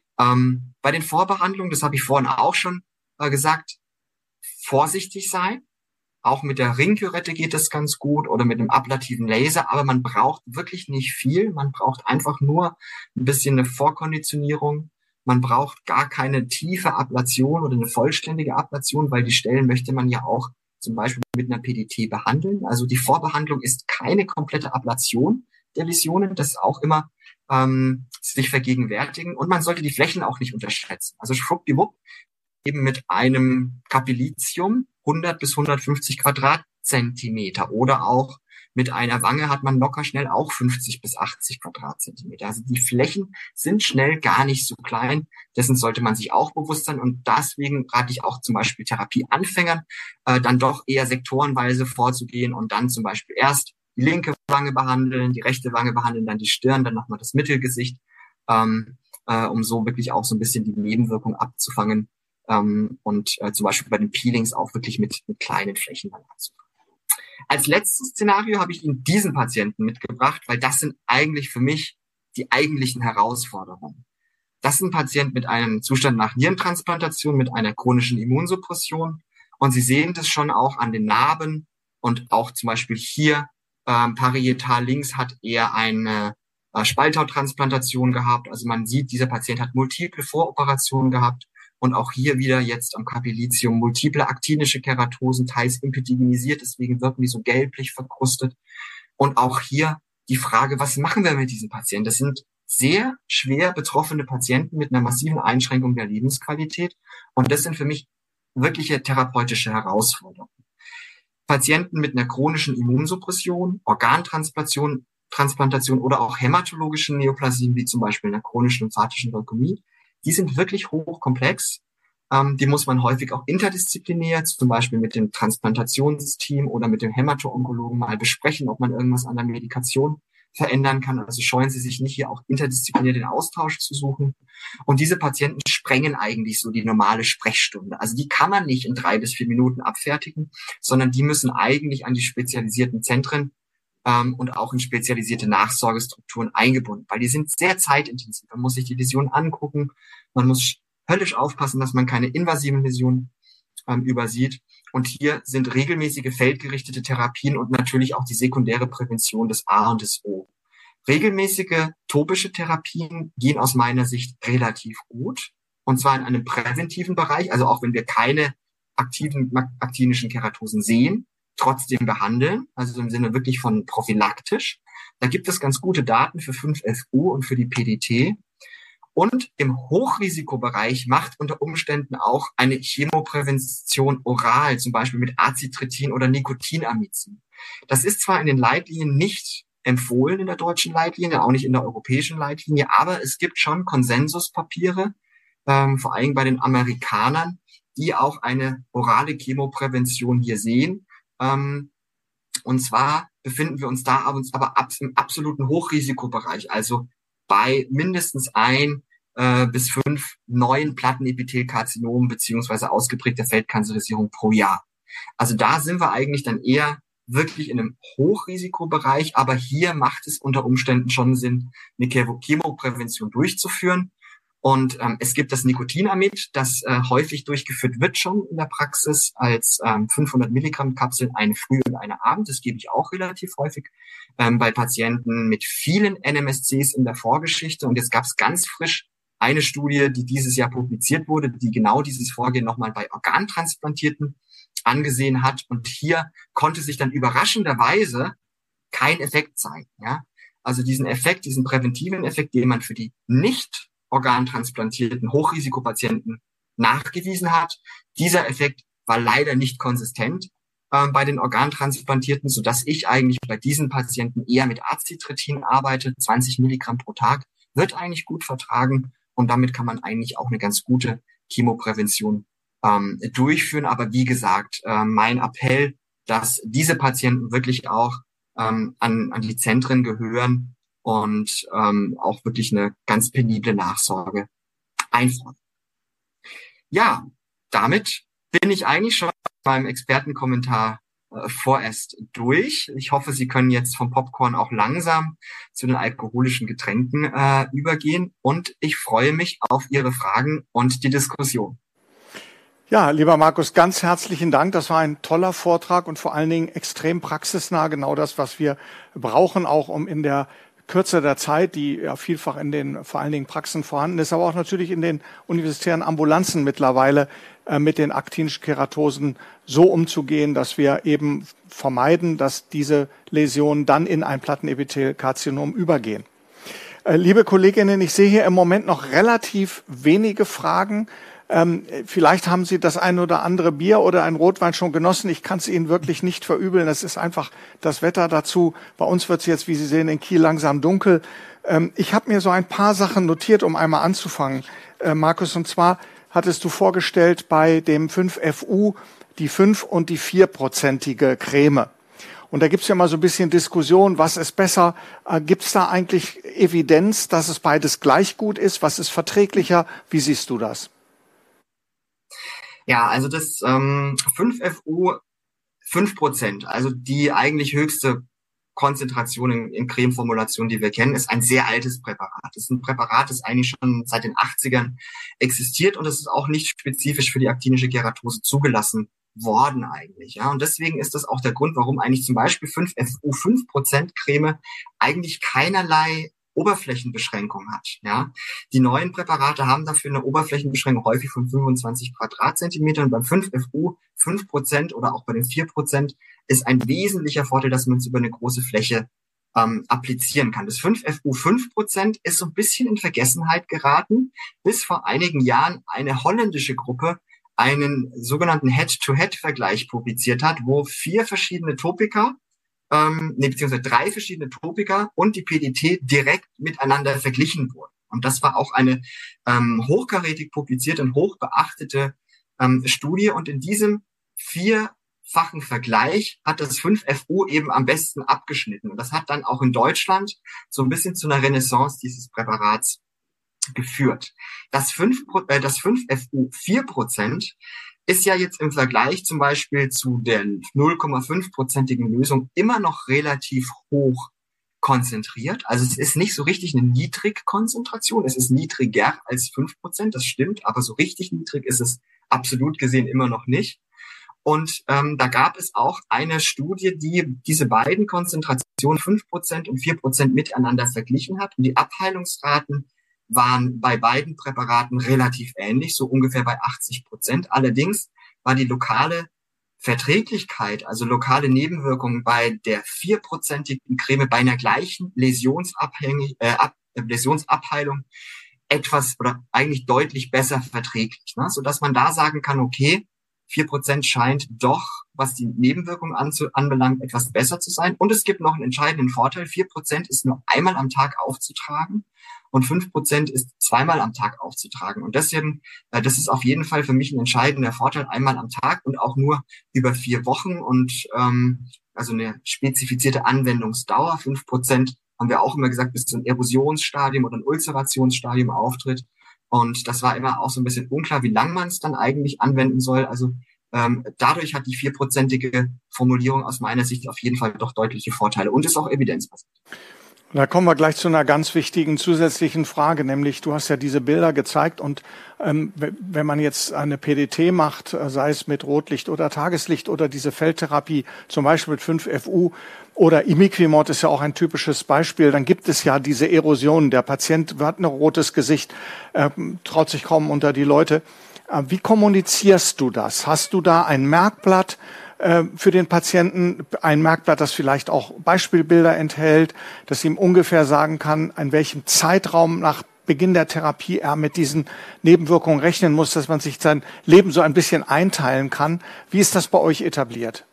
Bei den Vorbehandlungen, das habe ich vorhin auch schon gesagt, vorsichtig sein. Auch mit der Ringkürette geht es ganz gut oder mit einem ablativen Laser, aber man braucht wirklich nicht viel. Man braucht einfach nur ein bisschen eine Vorkonditionierung. Man braucht gar keine tiefe Ablation oder eine vollständige Ablation, weil die Stellen möchte man ja auch zum Beispiel mit einer PDT behandeln. Also die Vorbehandlung ist keine komplette Ablation der Läsionen. Das ist auch immer sich vergegenwärtigen. Und man sollte die Flächen auch nicht unterschätzen. Also schwuppdiwupp eben mit einem Capillitium 100 bis 150 Quadratzentimeter oder auch mit einer Wange hat man locker schnell auch 50 bis 80 Quadratzentimeter. Also die Flächen sind schnell gar nicht so klein. Dessen sollte man sich auch bewusst sein. Und deswegen rate ich auch zum Beispiel Therapieanfängern, dann doch eher sektorenweise vorzugehen und dann zum Beispiel erst die linke Wange behandeln, die rechte Wange behandeln, dann die Stirn, dann nochmal das Mittelgesicht, um so wirklich auch so ein bisschen die Nebenwirkung abzufangen. Und zum Beispiel bei den Peelings auch wirklich mit kleinen Flächen dann anzufangen. Als letztes Szenario habe ich Ihnen diesen Patienten mitgebracht, weil das sind eigentlich für mich die eigentlichen Herausforderungen. Das ist ein Patient mit einem Zustand nach Nierentransplantation, mit einer chronischen Immunsuppression. Und Sie sehen das schon auch an den Narben und auch zum Beispiel hier parietal links hat er eine Spalthaut-Transplantation gehabt. Also man sieht, dieser Patient hat multiple Voroperationen gehabt. Und auch hier wieder jetzt am Capillitium multiple aktinische Keratosen, teils impedigmisiert, deswegen wirken die so gelblich verkrustet. Und auch hier die Frage, was machen wir mit diesen Patienten? Das sind sehr schwer betroffene Patienten mit einer massiven Einschränkung der Lebensqualität. Und das sind für mich wirkliche therapeutische Herausforderungen. Patienten mit einer chronischen Immunsuppression, Organtransplantation oder auch hämatologischen Neoplasien, wie zum Beispiel einer chronischen lymphatischen Leukämie, die sind wirklich hochkomplex. Die muss man häufig auch interdisziplinär, zum Beispiel mit dem Transplantationsteam oder mit dem Hämato-Onkologen mal besprechen, ob man irgendwas an der Medikation verändern kann. Also scheuen Sie sich nicht, hier auch interdisziplinär den Austausch zu suchen. Und diese Patienten sprengen eigentlich so die normale Sprechstunde. Also die kann man nicht in 3 bis 4 Minuten abfertigen, sondern die müssen eigentlich an die spezialisierten Zentren und auch in spezialisierte Nachsorgestrukturen eingebunden, weil die sind sehr zeitintensiv. Man muss sich die Läsionen angucken, man muss höllisch aufpassen, dass man keine invasiven Läsionen übersieht. Und hier sind regelmäßige feldgerichtete Therapien und natürlich auch die sekundäre Prävention des A und des O. Regelmäßige topische Therapien gehen aus meiner Sicht relativ gut, und zwar in einem präventiven Bereich, also auch wenn wir keine aktinischen Keratosen sehen, trotzdem behandeln, also im Sinne wirklich von prophylaktisch. Da gibt es ganz gute Daten für 5-FU und für die PDT. Und im Hochrisikobereich macht unter Umständen auch eine Chemoprävention oral, zum Beispiel mit Acitretin oder Nicotinamycin. Das ist zwar in den Leitlinien nicht empfohlen in der deutschen Leitlinie, auch nicht in der europäischen Leitlinie, aber es gibt schon Konsensuspapiere, vor allem bei den Amerikanern, die auch eine orale Chemoprävention hier sehen. Und zwar befinden wir uns da aber im absoluten Hochrisikobereich, also bei mindestens 1 bis 5 neuen Plattenepithelkarzinomen beziehungsweise ausgeprägter Feldkanzerisierung pro Jahr. Also da sind wir eigentlich dann eher wirklich in einem Hochrisikobereich, aber hier macht es unter Umständen schon Sinn, eine Chemoprävention durchzuführen. Und es gibt das Nicotinamid, das häufig durchgeführt wird schon in der Praxis als 500 Milligramm Kapseln, eine früh und eine abend. Das gebe ich auch relativ häufig bei Patienten mit vielen NMSCs in der Vorgeschichte. Und jetzt gab es ganz frisch eine Studie, die dieses Jahr publiziert wurde, die genau dieses Vorgehen nochmal bei Organtransplantierten angesehen hat. Und hier konnte sich dann überraschenderweise kein Effekt zeigen. Ja? Also diesen Effekt, diesen präventiven Effekt, den man für die nicht organtransplantierten Hochrisikopatienten nachgewiesen hat. Dieser Effekt war leider nicht konsistent bei den Organtransplantierten, sodass ich eigentlich bei diesen Patienten eher mit Acitretin arbeite. 20 Milligramm pro Tag wird eigentlich gut vertragen und damit kann man eigentlich auch eine ganz gute Chemoprävention durchführen. Aber wie gesagt, mein Appell, dass diese Patienten wirklich auch an die Zentren gehören und auch wirklich eine ganz penible Nachsorge einfordern. Ja, damit bin ich eigentlich schon beim Expertenkommentar vorerst durch. Ich hoffe, Sie können jetzt vom Popcorn auch langsam zu den alkoholischen Getränken übergehen und ich freue mich auf Ihre Fragen und die Diskussion. Ja, lieber Markus, ganz herzlichen Dank. Das war ein toller Vortrag und vor allen Dingen extrem praxisnah, genau das, was wir brauchen, auch um in der Kürze der Zeit, die ja vielfach in den vor allen Dingen Praxen vorhanden ist, aber auch natürlich in den universitären Ambulanzen mittlerweile mit den aktinischen Keratosen so umzugehen, dass wir eben vermeiden, dass diese Läsionen dann in ein Plattenepithelkarzinom übergehen. Liebe Kolleginnen, ich sehe hier im Moment noch relativ wenige Fragen. Vielleicht haben Sie das ein oder andere Bier oder ein Rotwein schon genossen. Ich kann es Ihnen wirklich nicht verübeln. Es ist einfach das Wetter dazu. Bei uns wird es jetzt, wie Sie sehen, in Kiel langsam dunkel. Ich habe mir so ein paar Sachen notiert, um einmal anzufangen, Markus. Und zwar hattest du vorgestellt bei dem 5FU die 5- und die 4-prozentige Creme. Und da gibt es ja mal so ein bisschen Diskussion, was ist besser? Gibt es da eigentlich Evidenz, dass es beides gleich gut ist? Was ist verträglicher? Wie siehst du das? Ja, also das 5FU 5%, also die eigentlich höchste Konzentration in Cremeformulation, die wir kennen, ist ein sehr altes Präparat. Das ist ein Präparat, das eigentlich schon seit den 80ern existiert und es ist auch nicht spezifisch für die aktinische Keratose zugelassen worden eigentlich. Ja, und deswegen ist das auch der Grund, warum eigentlich zum Beispiel 5FU 5% Creme eigentlich keinerlei Oberflächenbeschränkung hat. Ja, die neuen Präparate haben dafür eine Oberflächenbeschränkung häufig von 25 Quadratzentimetern. Beim 5FU 5% oder auch bei den 4% ist ein wesentlicher Vorteil, dass man es über eine große Fläche applizieren kann. Das 5FU 5% ist so ein bisschen in Vergessenheit geraten, bis vor einigen Jahren eine holländische Gruppe einen sogenannten Head-to-Head-Vergleich publiziert hat, wo 4 verschiedene Topika beziehungsweise 3 verschiedene Topika und die PDT direkt miteinander verglichen wurden. Und das war auch eine hochkarätig publizierte und hochbeachtete Studie. Und in diesem 4-fachen Vergleich hat das 5FU eben am besten abgeschnitten. Und das hat dann auch in Deutschland so ein bisschen zu einer Renaissance dieses Präparats geführt. Das 5FU 4% ist ja jetzt im Vergleich zum Beispiel zu der 0,5-prozentigen Lösung immer noch relativ hoch konzentriert. Also es ist nicht so richtig eine Niedrigkonzentration. Es ist niedriger als 5%, das stimmt, aber so richtig niedrig ist es absolut gesehen immer noch nicht. Und da gab es auch eine Studie, die diese beiden Konzentrationen 5% und 4% miteinander verglichen hat. Und die Abheilungsraten waren bei beiden Präparaten relativ ähnlich, so ungefähr bei 80%. Allerdings war die lokale Verträglichkeit, also lokale Nebenwirkungen bei der 4-prozentigen Creme bei einer gleichen Läsionsabheilung etwas oder eigentlich deutlich besser verträglich, ne? Sodass man da sagen kann, okay, 4% scheint doch, was die Nebenwirkungen anbelangt, etwas besser zu sein. Und es gibt noch einen entscheidenden Vorteil. 4% ist nur einmal am Tag aufzutragen und 5% ist zweimal am Tag aufzutragen. Und deswegen, das ist auf jeden Fall für mich ein entscheidender Vorteil, einmal am Tag und auch nur über 4 Wochen und also eine spezifizierte Anwendungsdauer. 5% haben wir auch immer gesagt, bis zu einem Erosionsstadium oder ein Ulcerationsstadium auftritt. Und das war immer auch so ein bisschen unklar, wie lang man es dann eigentlich anwenden soll. Also dadurch hat die 4%ige Formulierung aus meiner Sicht auf jeden Fall doch deutliche Vorteile und ist auch evidenzbasiert. Da kommen wir gleich zu einer ganz wichtigen zusätzlichen Frage, nämlich du hast ja diese Bilder gezeigt und wenn man jetzt eine PDT macht, sei es mit Rotlicht oder Tageslicht oder diese Feldtherapie, zum Beispiel mit 5FU oder Imiquimod ist ja auch ein typisches Beispiel, dann gibt es ja diese Erosion. Der Patient hat ein rotes Gesicht, traut sich kaum unter die Leute. Wie kommunizierst du das? Hast du da ein Merkblatt für den Patienten, ein Merkblatt, das vielleicht auch Beispielbilder enthält, das ihm ungefähr sagen kann, in welchem Zeitraum nach Beginn der Therapie er mit diesen Nebenwirkungen rechnen muss, dass man sich sein Leben so ein bisschen einteilen kann? Wie ist das bei euch etabliert?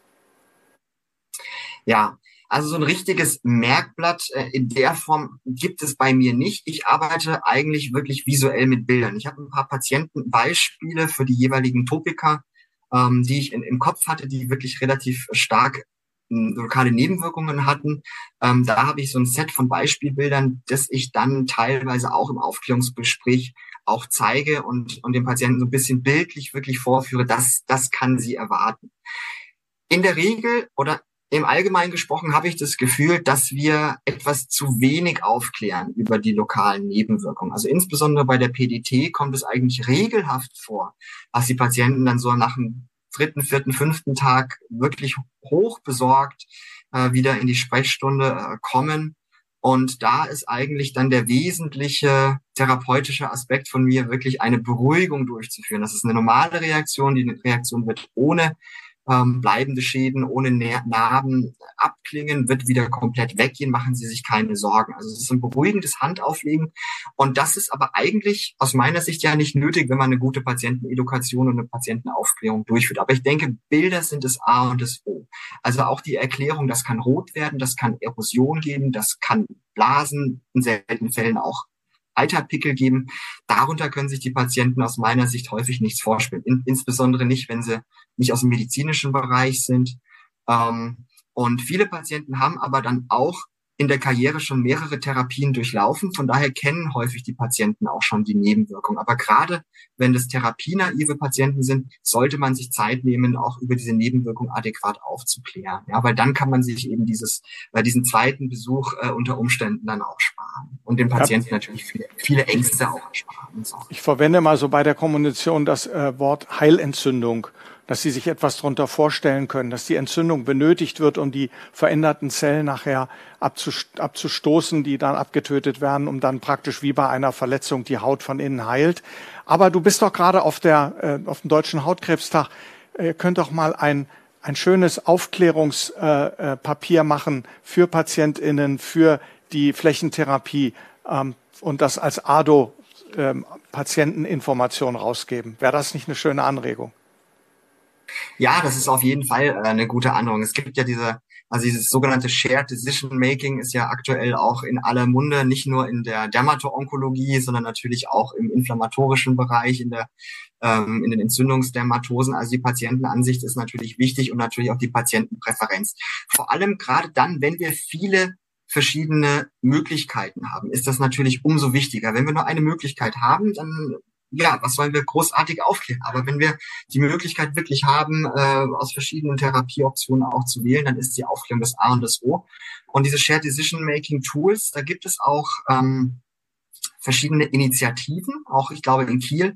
Ja, also so ein richtiges Merkblatt in der Form gibt es bei mir nicht. Ich arbeite eigentlich wirklich visuell mit Bildern. Ich habe ein paar Patientenbeispiele für die jeweiligen Topika, die ich im Kopf hatte, die wirklich relativ stark lokale Nebenwirkungen hatten. Da habe ich so ein Set von Beispielbildern, das ich dann teilweise auch im Aufklärungsgespräch auch zeige und dem Patienten so ein bisschen bildlich wirklich vorführe, das kann sie erwarten. In der Regel oder im Allgemeinen gesprochen habe ich das Gefühl, dass wir etwas zu wenig aufklären über die lokalen Nebenwirkungen. Also insbesondere bei der PDT kommt es eigentlich regelhaft vor, dass die Patienten dann so nach dem 3., 4., 5. Tag wirklich hoch besorgt wieder in die Sprechstunde kommen. Und da ist eigentlich dann der wesentliche therapeutische Aspekt von mir, wirklich eine Beruhigung durchzuführen. Das ist eine normale Reaktion. Die Reaktion wird ohne bleibende Schäden, ohne Narben abklingen, wird wieder komplett weggehen, machen Sie sich keine Sorgen. Also es ist ein beruhigendes Handauflegen und das ist aber eigentlich aus meiner Sicht ja nicht nötig, wenn man eine gute Patientenedukation und eine Patientenaufklärung durchführt. Aber ich denke, Bilder sind das A und das O. Also auch die Erklärung, das kann rot werden, das kann Erosion geben, das kann Blasen, in seltenen Fällen auch Eiterpickel geben. Darunter können sich die Patienten aus meiner Sicht häufig nichts vorstellen. Insbesondere nicht, wenn sie nicht aus dem medizinischen Bereich sind. Und viele Patienten haben aber dann auch in der Karriere schon mehrere Therapien durchlaufen. Von daher kennen häufig die Patienten auch schon die Nebenwirkungen. Aber gerade wenn das therapienaive Patienten sind, sollte man sich Zeit nehmen, auch über diese Nebenwirkungen adäquat aufzuklären. Ja, weil dann kann man sich eben diesen zweiten Besuch unter Umständen dann auch sparen und dem Patienten natürlich viele Ängste auch ersparen. Ich verwende mal so bei der Kommunikation das Wort Heilentzündung, dass Sie sich etwas darunter vorstellen können, dass die Entzündung benötigt wird, um die veränderten Zellen nachher abzustoßen, die dann abgetötet werden, um dann praktisch wie bei einer Verletzung die Haut von innen heilt. Aber du bist doch gerade auf dem Deutschen Hautkrebstag. Ihr könnt doch mal ein schönes Aufklärungspapier machen für PatientInnen, für die Flächentherapie und das als ADO Patienteninformation rausgeben. Wäre das nicht eine schöne Anregung? Ja, das ist auf jeden Fall eine gute Anregung. Es gibt ja dieses sogenannte Shared Decision Making ist ja aktuell auch in aller Munde, nicht nur in der Dermato-Onkologie, sondern natürlich auch im inflammatorischen Bereich, in den Entzündungsdermatosen. Also die Patientenansicht ist natürlich wichtig und natürlich auch die Patientenpräferenz. Vor allem gerade dann, wenn wir viele verschiedene Möglichkeiten haben, ist das natürlich umso wichtiger. Wenn wir nur eine Möglichkeit haben, dann was sollen wir großartig aufklären? Aber wenn wir die Möglichkeit wirklich haben, aus verschiedenen Therapieoptionen auch zu wählen, dann ist die Aufklärung das A und das O. Und diese Shared Decision Making Tools, da gibt es auch verschiedene Initiativen. Auch ich glaube in Kiel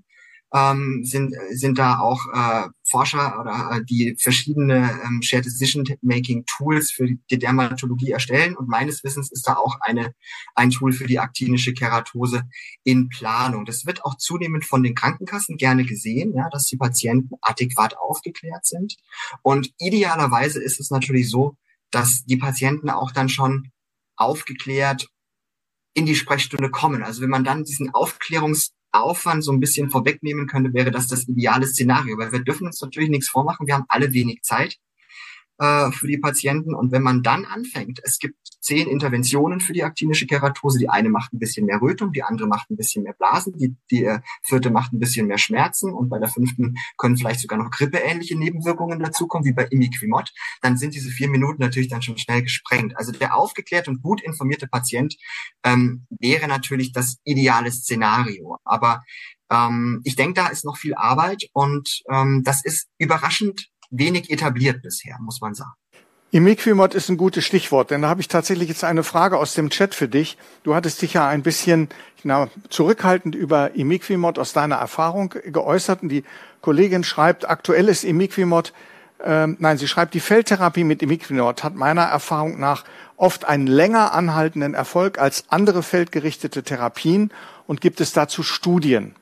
sind da auch Forscher oder die verschiedene Shared Decision Making Tools für die Dermatologie erstellen. Und meines Wissens ist da auch ein Tool für die aktinische Keratose in Planung. Das wird auch zunehmend von den Krankenkassen gerne gesehen, ja, dass die Patienten adäquat aufgeklärt sind. Und idealerweise ist es natürlich so, dass die Patienten auch dann schon aufgeklärt in die Sprechstunde kommen. Also wenn man dann diesen Aufklärungsaufwand so ein bisschen vorwegnehmen könnte, wäre das ideale Szenario. Weil wir dürfen uns natürlich nichts vormachen. Wir haben alle wenig Zeit. für die Patienten. Und wenn man dann anfängt, es gibt 10 Interventionen für die aktinische Keratose. Die eine macht ein bisschen mehr Rötung, die andere macht ein bisschen mehr Blasen, die vierte macht ein bisschen mehr Schmerzen und bei der fünften können vielleicht sogar noch grippeähnliche Nebenwirkungen dazukommen, wie bei Imiquimod. Dann sind diese 4 Minuten natürlich dann schon schnell gesprengt. Also der aufgeklärte und gut informierte Patient wäre natürlich das ideale Szenario. Aber ich denke, da ist noch viel Arbeit und das ist überraschend wenig etabliert bisher, muss man sagen. Imiquimod ist ein gutes Stichwort, denn da habe ich tatsächlich jetzt eine Frage aus dem Chat für dich. Du hattest dich ja ein bisschen zurückhaltend über Imiquimod aus deiner Erfahrung geäußert und die Kollegin schreibt, aktuell ist Imiquimod, sie schreibt, die Feldtherapie mit Imiquimod hat meiner Erfahrung nach oft einen länger anhaltenden Erfolg als andere feldgerichtete Therapien und gibt es dazu Studien?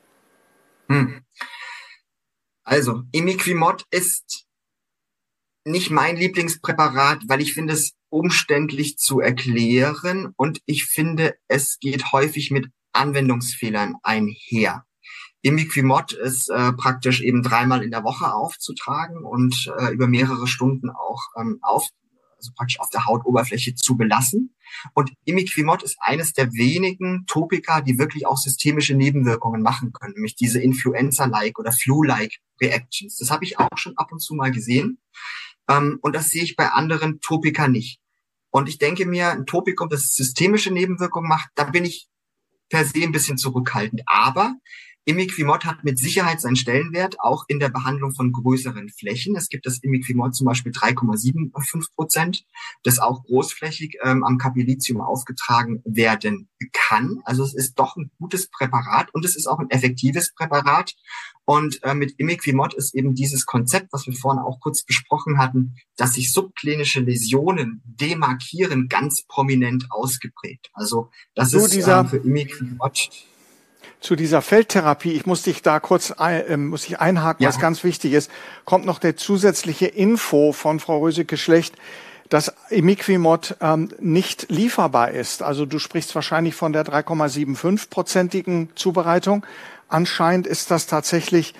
Also, Imiquimod ist nicht mein Lieblingspräparat, weil ich finde es umständlich zu erklären und ich finde, es geht häufig mit Anwendungsfehlern einher. Imiquimod ist praktisch eben 3-mal in der Woche aufzutragen und über mehrere Stunden auch also praktisch auf der Hautoberfläche zu belassen. Und Imiquimod ist eines der wenigen Topika, die wirklich auch systemische Nebenwirkungen machen können, nämlich diese Influenza-like oder Flu-like Reactions. Das habe ich auch schon ab und zu mal gesehen. Und das sehe ich bei anderen Topika nicht. Und ich denke mir, ein Topikum, das systemische Nebenwirkungen macht, da bin ich per se ein bisschen zurückhaltend. Aber Imiquimod hat mit Sicherheit seinen Stellenwert, auch in der Behandlung von größeren Flächen. Es gibt das Imiquimod zum Beispiel 3,75%, das auch großflächig am Kapillitium aufgetragen werden kann. Also es ist doch ein gutes Präparat und es ist auch ein effektives Präparat. Und mit Imiquimod ist eben dieses Konzept, was wir vorhin auch kurz besprochen hatten, dass sich subklinische Läsionen demarkieren, ganz prominent ausgeprägt. Also das ist für Imiquimod... Zu dieser Feldtherapie, ich muss dich da kurz einhaken, was ganz wichtig ist, kommt noch der zusätzliche Info von Frau Röseke-Schlecht, dass Imiquimod nicht lieferbar ist. Also du sprichst wahrscheinlich von der 3,75%igen Zubereitung. Anscheinend ist das tatsächlich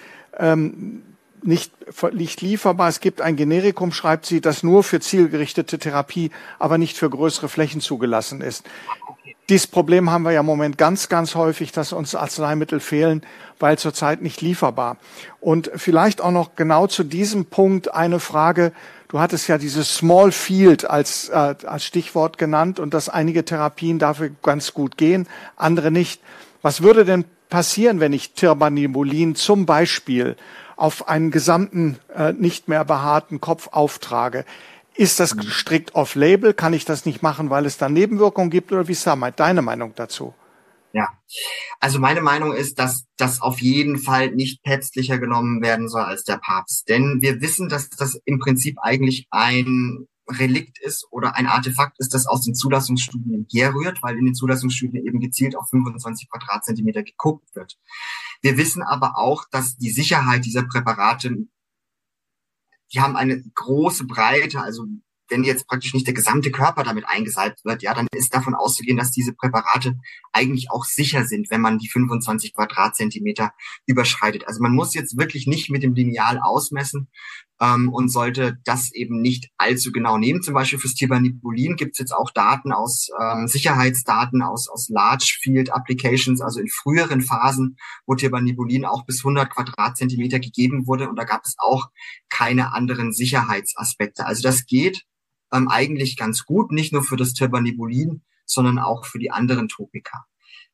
nicht lieferbar. Es gibt ein Generikum, schreibt sie, das nur für zielgerichtete Therapie, aber nicht für größere Flächen zugelassen ist. Dieses Problem haben wir ja im Moment ganz, ganz häufig, dass uns Arzneimittel fehlen, weil zurzeit nicht lieferbar. Und vielleicht auch noch genau zu diesem Punkt eine Frage. Du hattest ja dieses Small Field als Stichwort genannt und dass einige Therapien dafür ganz gut gehen, andere nicht. Was würde denn passieren, wenn ich Tirbanibulin zum Beispiel auf einen gesamten, nicht mehr behaarten Kopf auftrage? Ist das strikt off-label? Kann ich das nicht machen, weil es da Nebenwirkungen gibt? Oder wie ist da deine Meinung dazu? Ja, also meine Meinung ist, dass das auf jeden Fall nicht päpstlicher genommen werden soll als der Papst. Denn wir wissen, dass das im Prinzip eigentlich ein Relikt ist oder ein Artefakt ist, das aus den Zulassungsstudien herrührt, weil in den Zulassungsstudien eben gezielt auf 25 Quadratzentimeter geguckt wird. Wir wissen aber auch, dass die Sicherheit dieser Präparate, die haben eine große Breite, also wenn jetzt praktisch nicht der gesamte Körper damit eingesalbt wird, ja, dann ist davon auszugehen, dass diese Präparate eigentlich auch sicher sind, wenn man die 25 Quadratzentimeter überschreitet. Also man muss jetzt wirklich nicht mit dem Lineal ausmessen und sollte das eben nicht allzu genau nehmen. Zum Beispiel fürs Tirbanibulin gibt es jetzt auch Daten Sicherheitsdaten aus Large Field Applications, also in früheren Phasen, wo Tirbanibulin auch bis 100 Quadratzentimeter gegeben wurde und da gab es auch keine anderen Sicherheitsaspekte. Also das geht eigentlich ganz gut, nicht nur für das Tirbanibulin, sondern auch für die anderen Topika.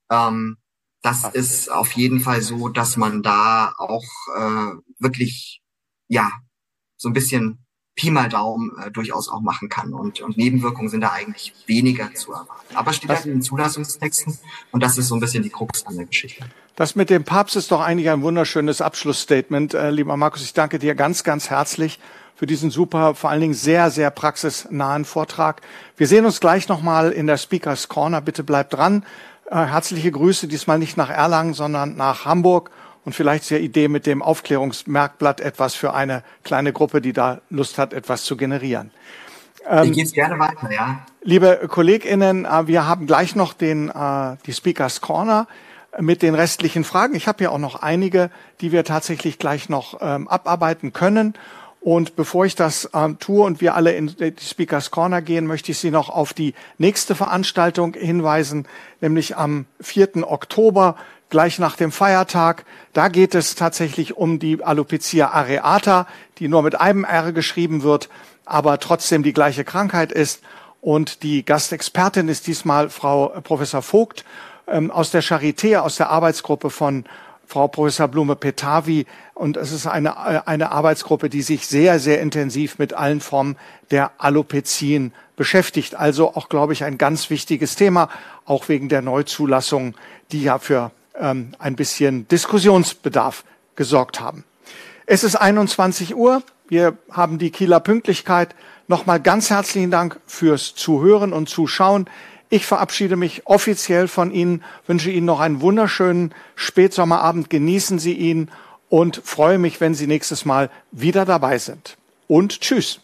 Das ist auf jeden Fall so, dass man da auch wirklich, ja, so ein bisschen Pi mal Daumen durchaus auch machen kann. Und Nebenwirkungen sind da eigentlich weniger zu erwarten. Aber steht halt in den Zulassungstexten und das ist so ein bisschen die Krux an der Geschichte. Das mit dem Papst ist doch eigentlich ein wunderschönes Abschlussstatement. Lieber Markus, ich danke dir ganz, ganz herzlich für diesen super, vor allen Dingen sehr, sehr praxisnahen Vortrag. Wir sehen uns gleich nochmal in der Speakers Corner. Bitte bleibt dran. Herzliche Grüße, diesmal nicht nach Erlangen, sondern nach Hamburg. Und vielleicht ist ja Idee mit dem Aufklärungsmerkblatt etwas für eine kleine Gruppe, die da Lust hat, etwas zu generieren. Ich gehe gerne weiter, ja. Liebe KollegInnen, wir haben gleich noch die Speakers Corner mit den restlichen Fragen. Ich habe ja auch noch einige, die wir tatsächlich gleich noch abarbeiten können. Und bevor ich das tue und wir alle in die Speakers Corner gehen, möchte ich Sie noch auf die nächste Veranstaltung hinweisen, nämlich am 4. Oktober, gleich nach dem Feiertag. Da geht es tatsächlich um die Alopecia areata, die nur mit einem R geschrieben wird, aber trotzdem die gleiche Krankheit ist. Und die Gastexpertin ist diesmal Frau Professor Vogt aus der Charité, aus der Arbeitsgruppe von Frau Professor Blume-Petavi. Und es ist eine Arbeitsgruppe, die sich sehr, sehr intensiv mit allen Formen der Alopezien beschäftigt. Also auch, glaube ich, ein ganz wichtiges Thema, auch wegen der Neuzulassung, die ja für ein bisschen Diskussionsbedarf gesorgt haben. Es ist 21 Uhr. Wir haben die Kieler Pünktlichkeit. Nochmal ganz herzlichen Dank fürs Zuhören und Zuschauen. Ich verabschiede mich offiziell von Ihnen, wünsche Ihnen noch einen wunderschönen Spätsommerabend. Genießen Sie ihn und freue mich, wenn Sie nächstes Mal wieder dabei sind. Und tschüss.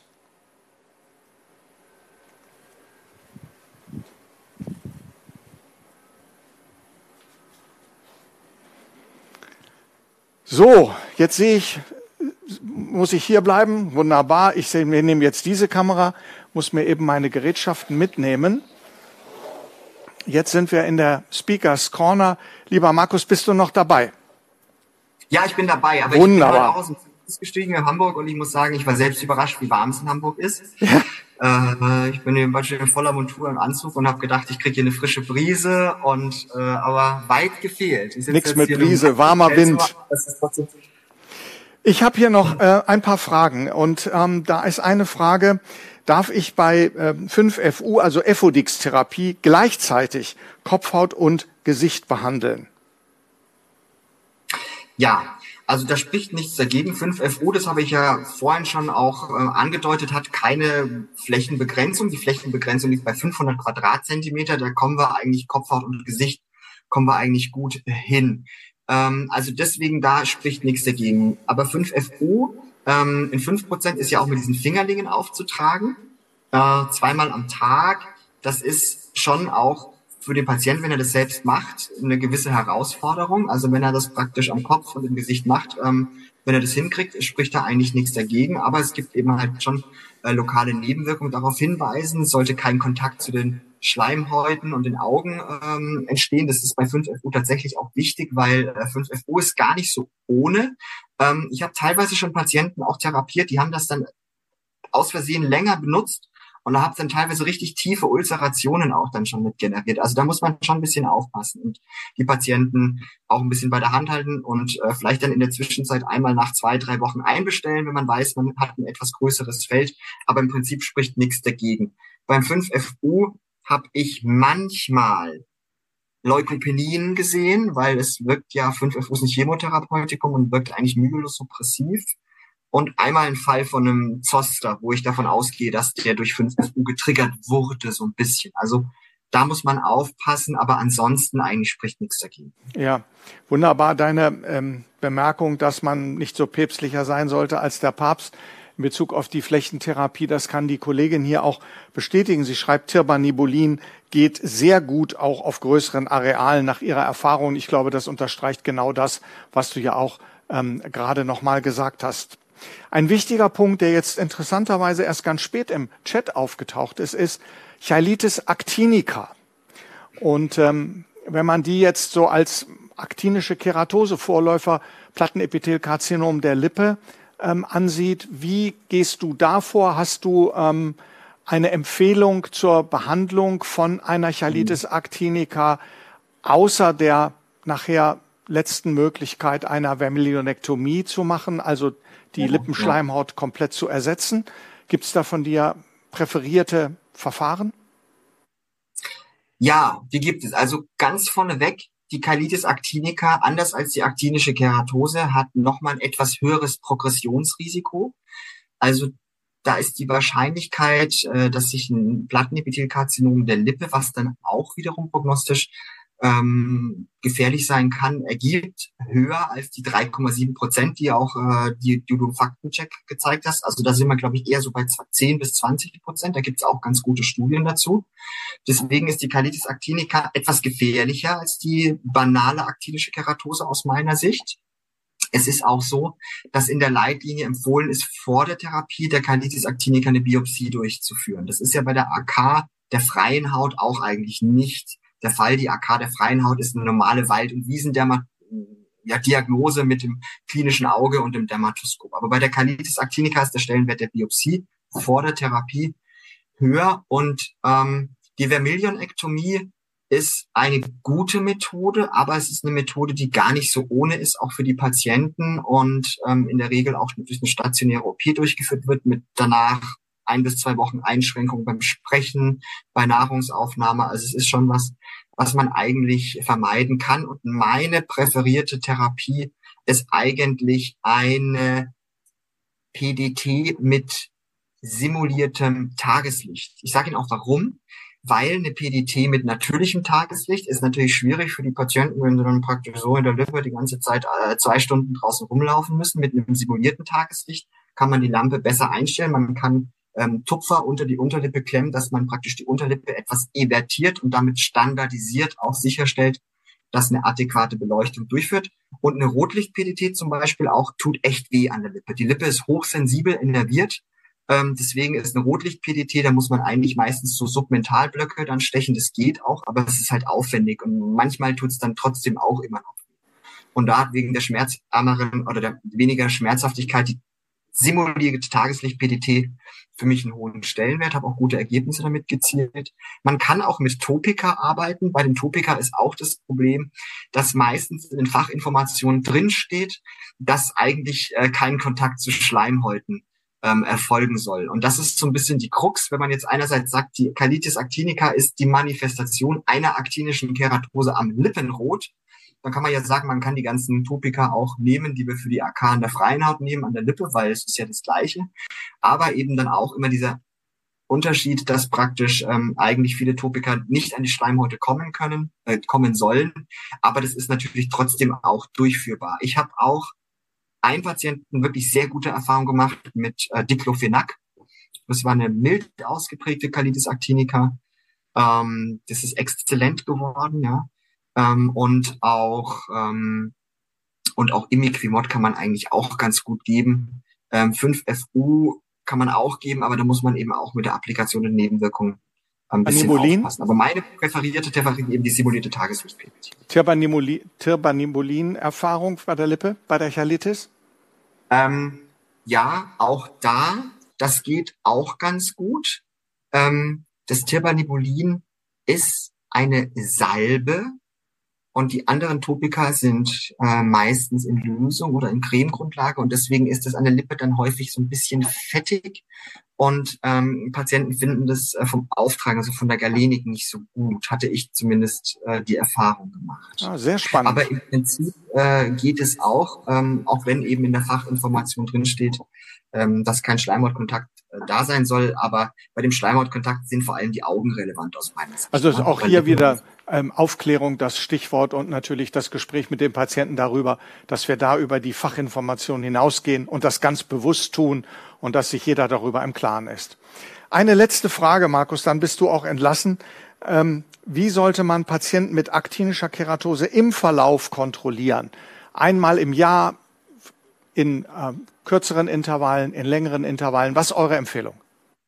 So, jetzt sehe ich, muss ich hier bleiben? Wunderbar. Wir nehmen jetzt diese Kamera, muss mir eben meine Gerätschaften mitnehmen. Jetzt sind wir in der Speakers Corner. Lieber Markus, bist du noch dabei? Ja, ich bin dabei, aber wunderbar. Ich bin heute aus dem Bus gestiegen in Hamburg und ich muss sagen, ich war selbst überrascht, wie warm es in Hamburg ist. Ja. Ich bin in voller Montur im Anzug und habe gedacht, ich kriege hier eine frische Brise, aber weit gefehlt. Nichts mit Brise, warmer Wind. Ich habe hier noch ein paar Fragen und da ist eine Frage: Darf ich bei 5FU, also Efodix-Therapie, gleichzeitig Kopfhaut und Gesicht behandeln? Ja, also da spricht nichts dagegen. 5FU, das habe ich ja vorhin schon auch angedeutet, hat keine Flächenbegrenzung. Die Flächenbegrenzung liegt bei 500 Quadratzentimeter. Da kommen wir eigentlich, Kopfhaut und Gesicht, kommen wir eigentlich gut hin. Also deswegen, da spricht nichts dagegen. Aber 5FU in 5% ist ja auch mit diesen Fingerlingen aufzutragen, 2-mal am Tag. Das ist schon auch für den Patienten, wenn er das selbst macht, eine gewisse Herausforderung. Also wenn er das praktisch am Kopf und im Gesicht macht, wenn er das hinkriegt, spricht da eigentlich nichts dagegen. Aber es gibt eben halt schon lokale Nebenwirkungen. Darauf hinweisen, sollte kein Kontakt zu den Schleimhäuten und den Augen entstehen. Das ist bei 5FU tatsächlich auch wichtig, weil 5FU ist gar nicht so ohne. Ich habe teilweise schon Patienten auch therapiert, die haben das dann aus Versehen länger benutzt und da habe dann teilweise richtig tiefe Ulcerationen auch dann schon mit generiert. Also da muss man schon ein bisschen aufpassen und die Patienten auch ein bisschen bei der Hand halten und vielleicht dann in der Zwischenzeit einmal nach 2-3 Wochen einbestellen, wenn man weiß, man hat ein etwas größeres Feld. Aber im Prinzip spricht nichts dagegen. Beim 5FU habe ich manchmal Leukopenien gesehen, weil es wirkt ja, 5FU ist ein Chemotherapeutikum und wirkt eigentlich myelosuppressiv. Und einmal ein Fall von einem Zoster, wo ich davon ausgehe, dass der durch 5FU getriggert wurde, so ein bisschen. Also da muss man aufpassen, aber ansonsten eigentlich spricht nichts dagegen. Ja, wunderbar deine Bemerkung, dass man nicht so päpstlicher sein sollte als der Papst in Bezug auf die Flächentherapie. Das kann die Kollegin hier auch bestätigen. Sie schreibt, Tirbanibulin geht sehr gut auch auf größeren Arealen nach ihrer Erfahrung. Ich glaube, das unterstreicht genau das, was du ja auch gerade nochmal gesagt hast. Ein wichtiger Punkt, der jetzt interessanterweise erst ganz spät im Chat aufgetaucht ist, ist Cheilitis actinica. Und wenn man die jetzt so als aktinische Keratose, Vorläufer, Plattenepithelkarzinom der Lippe ansieht, wie gehst du da vor? Hast du eine Empfehlung zur Behandlung von einer Cheilitis actinica außer der nachher letzten Möglichkeit einer Vermilionektomie zu machen, also die Lippenschleimhaut komplett zu ersetzen? Gibt es da von dir präferierte Verfahren? Ja, die gibt es. Also ganz vorneweg, die Cheilitis actinica, anders als die aktinische Keratose, hat nochmal ein etwas höheres Progressionsrisiko. Also da ist die Wahrscheinlichkeit, dass sich ein Plattenepithelkarzinom der Lippe, was dann auch wiederum prognostisch gefährlich sein kann, ergibt, höher als die 3,7%, die auch die du im Faktencheck gezeigt hast. Also da sind wir, glaube ich, eher so bei 10-20%. Da gibt es auch ganz gute Studien dazu. Deswegen ist die Cheilitis actinica etwas gefährlicher als die banale aktinische Keratose aus meiner Sicht. Es ist auch so, dass in der Leitlinie empfohlen ist, vor der Therapie der Carnitis actinica eine Biopsie durchzuführen. Das ist ja bei der AK der freien Haut auch eigentlich nicht der Fall. Die AK der freien Haut ist eine normale Wald- und Diagnose mit dem klinischen Auge und dem Dermatoskop. Aber bei der Carnitis actinica ist der Stellenwert der Biopsie vor der Therapie höher und die Vermilionektomie ist eine gute Methode, aber es ist eine Methode, die gar nicht so ohne ist, auch für die Patienten und in der Regel auch durch eine stationäre OP durchgeführt wird, mit danach 1 bis 2 Wochen Einschränkung beim Sprechen, bei Nahrungsaufnahme. Also es ist schon was man eigentlich vermeiden kann. Und meine präferierte Therapie ist eigentlich eine PDT mit simuliertem Tageslicht. Ich sage Ihnen auch warum. Weil eine PDT mit natürlichem Tageslicht ist natürlich schwierig für die Patienten, wenn sie dann praktisch so in der Lippe die ganze Zeit 2 Stunden draußen rumlaufen müssen. Mit einem simulierten Tageslicht kann man die Lampe besser einstellen. Man kann Tupfer unter die Unterlippe klemmen, dass man praktisch die Unterlippe etwas evertiert und damit standardisiert auch sicherstellt, dass eine adäquate Beleuchtung durchführt. Und eine Rotlicht-PDT zum Beispiel auch tut echt weh an der Lippe. Die Lippe ist hochsensibel innerviert. Deswegen ist eine Rotlicht-PDT, da muss man eigentlich meistens so Submentalblöcke dann stechen. Das geht auch, aber es ist halt aufwendig und manchmal tut es dann trotzdem auch immer noch. Und da hat wegen der schmerzärmeren oder der weniger Schmerzhaftigkeit die simulierte Tageslicht-PDT für mich einen hohen Stellenwert, habe auch gute Ergebnisse damit gezielt. Man kann auch mit Topika arbeiten. Bei den Topika ist auch das Problem, dass meistens in den Fachinformationen drinsteht, dass eigentlich kein Kontakt zu Schleimhäuten erfolgen soll. Und das ist so ein bisschen die Krux, wenn man jetzt einerseits sagt, die Carnitis actinica ist die Manifestation einer aktinischen Keratose am Lippenrot, dann kann man ja sagen, man kann die ganzen Topika auch nehmen, die wir für die AK an der freien Haut nehmen, an der Lippe, weil es ist ja das Gleiche. Aber eben dann auch immer dieser Unterschied, dass praktisch eigentlich viele Topika nicht an die Schleimhäute kommen sollen. Aber das ist natürlich trotzdem auch durchführbar. Ich habe auch einen Patienten wirklich sehr gute Erfahrung gemacht mit Diclofenac. Das war eine mild ausgeprägte Carnitis actinica. Das ist exzellent geworden, ja. Und auch Imiquimod kann man eigentlich auch ganz gut geben. 5-FU kann man auch geben, aber da muss man eben auch mit der Applikation und Nebenwirkungen ein bisschen aufpassen. Aber meine präferierte Therapie eben die simulierte Tageslicht-PDT. Tirbanibulin-Erfahrung bei der Lippe, bei der Cheilitis? Ja, auch da, das geht auch ganz gut. Das Tirbanibulin ist eine Salbe und die anderen Topika sind meistens in Lösung oder in Cremegrundlage und deswegen ist es an der Lippe dann häufig so ein bisschen fettig und Patienten finden das vom Auftragen, also von der Galenik nicht so gut, hatte ich zumindest die Erfahrung gemacht. Ah, sehr spannend. Aber im Prinzip geht es auch wenn eben in der Fachinformation drinsteht, dass kein Schleimhautkontakt da sein soll, aber bei dem Schleimhautkontakt sind vor allem die Augen relevant aus meiner Sicht. Also ist auch hier wieder Aufklärung das Stichwort und natürlich das Gespräch mit dem Patienten darüber, dass wir da über die Fachinformation hinausgehen und das ganz bewusst tun und dass sich jeder darüber im Klaren ist. Eine letzte Frage, Markus, dann bist du auch entlassen. Wie sollte man Patienten mit aktinischer Keratose im Verlauf kontrollieren? Einmal im Jahr, in kürzeren Intervallen, in längeren Intervallen. Was ist eure Empfehlung?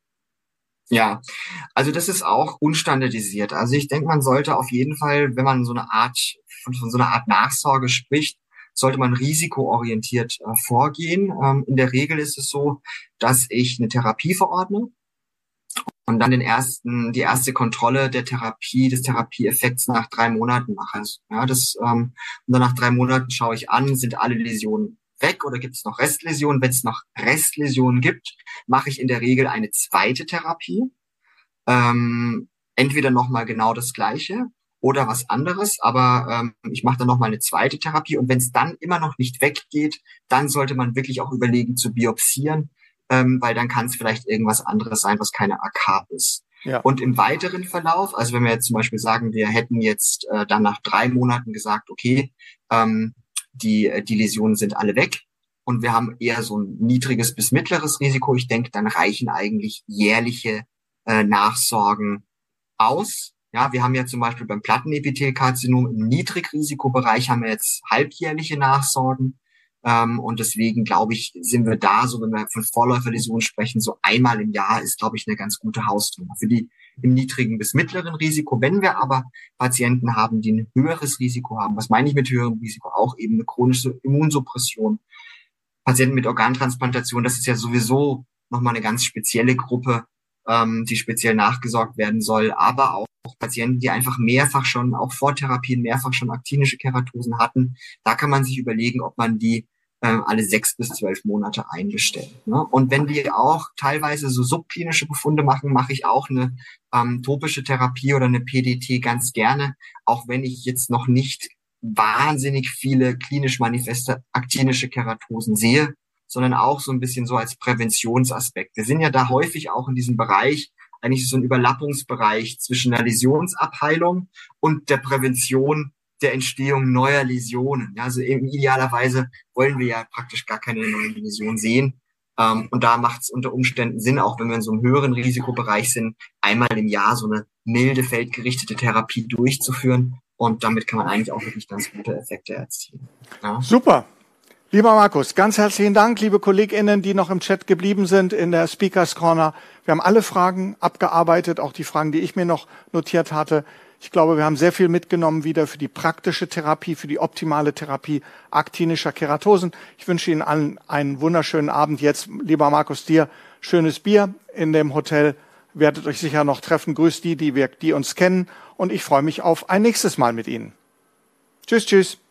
Ja, also das ist auch unstandardisiert. Also ich denke, man sollte auf jeden Fall, wenn man von so einer Art Nachsorge spricht, sollte man risikoorientiert vorgehen. In der Regel ist es so, dass ich eine Therapie verordne und dann die erste Kontrolle der Therapie, des Therapieeffekts nach 3 Monaten mache. Also, ja, und dann nach 3 Monaten schaue ich an, sind alle Läsionen weg oder gibt es noch Restläsionen? Wenn es noch Restläsionen gibt, mache ich in der Regel eine zweite Therapie. Entweder nochmal genau das Gleiche oder was anderes, aber ich mache dann nochmal eine zweite Therapie und wenn es dann immer noch nicht weggeht, dann sollte man wirklich auch überlegen zu biopsieren, weil dann kann es vielleicht irgendwas anderes sein, was keine AK ist. Ja. Und im weiteren Verlauf, also wenn wir jetzt zum Beispiel sagen, wir hätten jetzt dann nach 3 Monaten gesagt, okay, die Läsionen sind alle weg und wir haben eher so ein niedriges bis mittleres Risiko. Ich denke, dann reichen eigentlich jährliche Nachsorgen aus. Ja, wir haben ja zum Beispiel beim Plattenepithelkarzinom im Niedrigrisikobereich haben wir jetzt halbjährliche Nachsorgen. Und deswegen, glaube ich, sind wir da, so wenn wir von Vorläuferläsionen sprechen, so einmal im Jahr ist, glaube ich, eine ganz gute Hausnummer. Für die im niedrigen bis mittleren Risiko. Wenn wir aber Patienten haben, die ein höheres Risiko haben, was meine ich mit höherem Risiko? Auch eben eine chronische Immunsuppression. Patienten mit Organtransplantation, das ist ja sowieso nochmal eine ganz spezielle Gruppe, die speziell nachgesorgt werden soll, aber auch Patienten, die einfach mehrfach schon, auch vor Therapien, mehrfach schon aktinische Keratosen hatten. Da kann man sich überlegen, ob man die alle 6 bis 12 Monate einbestellt. Ne? Und wenn die auch teilweise so subklinische Befunde machen, mache ich auch eine topische Therapie oder eine PDT ganz gerne, auch wenn ich jetzt noch nicht wahnsinnig viele klinisch manifeste aktinische Keratosen sehe, sondern auch so ein bisschen so als Präventionsaspekt. Wir sind ja da häufig auch in diesem Bereich, eigentlich so ein Überlappungsbereich zwischen der Läsionsabheilung und der Prävention der Entstehung neuer Läsionen. Ja, also eben idealerweise wollen wir ja praktisch gar keine neuen Läsionen sehen. Und da macht es unter Umständen Sinn, auch wenn wir in so einem höheren Risikobereich sind, einmal im Jahr so eine milde, feldgerichtete Therapie durchzuführen. Und damit kann man eigentlich auch wirklich ganz gute Effekte erzielen. Ja. Super. Lieber Markus, ganz herzlichen Dank, liebe KollegInnen, die noch im Chat geblieben sind in der Speakers Corner. Wir haben alle Fragen abgearbeitet, auch die Fragen, die ich mir noch notiert hatte. Ich glaube, wir haben sehr viel mitgenommen wieder für die praktische Therapie, für die optimale Therapie aktinischer Keratosen. Ich wünsche Ihnen allen einen wunderschönen Abend. Jetzt, lieber Markus, dir schönes Bier in dem Hotel. Werdet euch sicher noch treffen. Grüßt die uns kennen. Und ich freue mich auf ein nächstes Mal mit Ihnen. Tschüss, tschüss.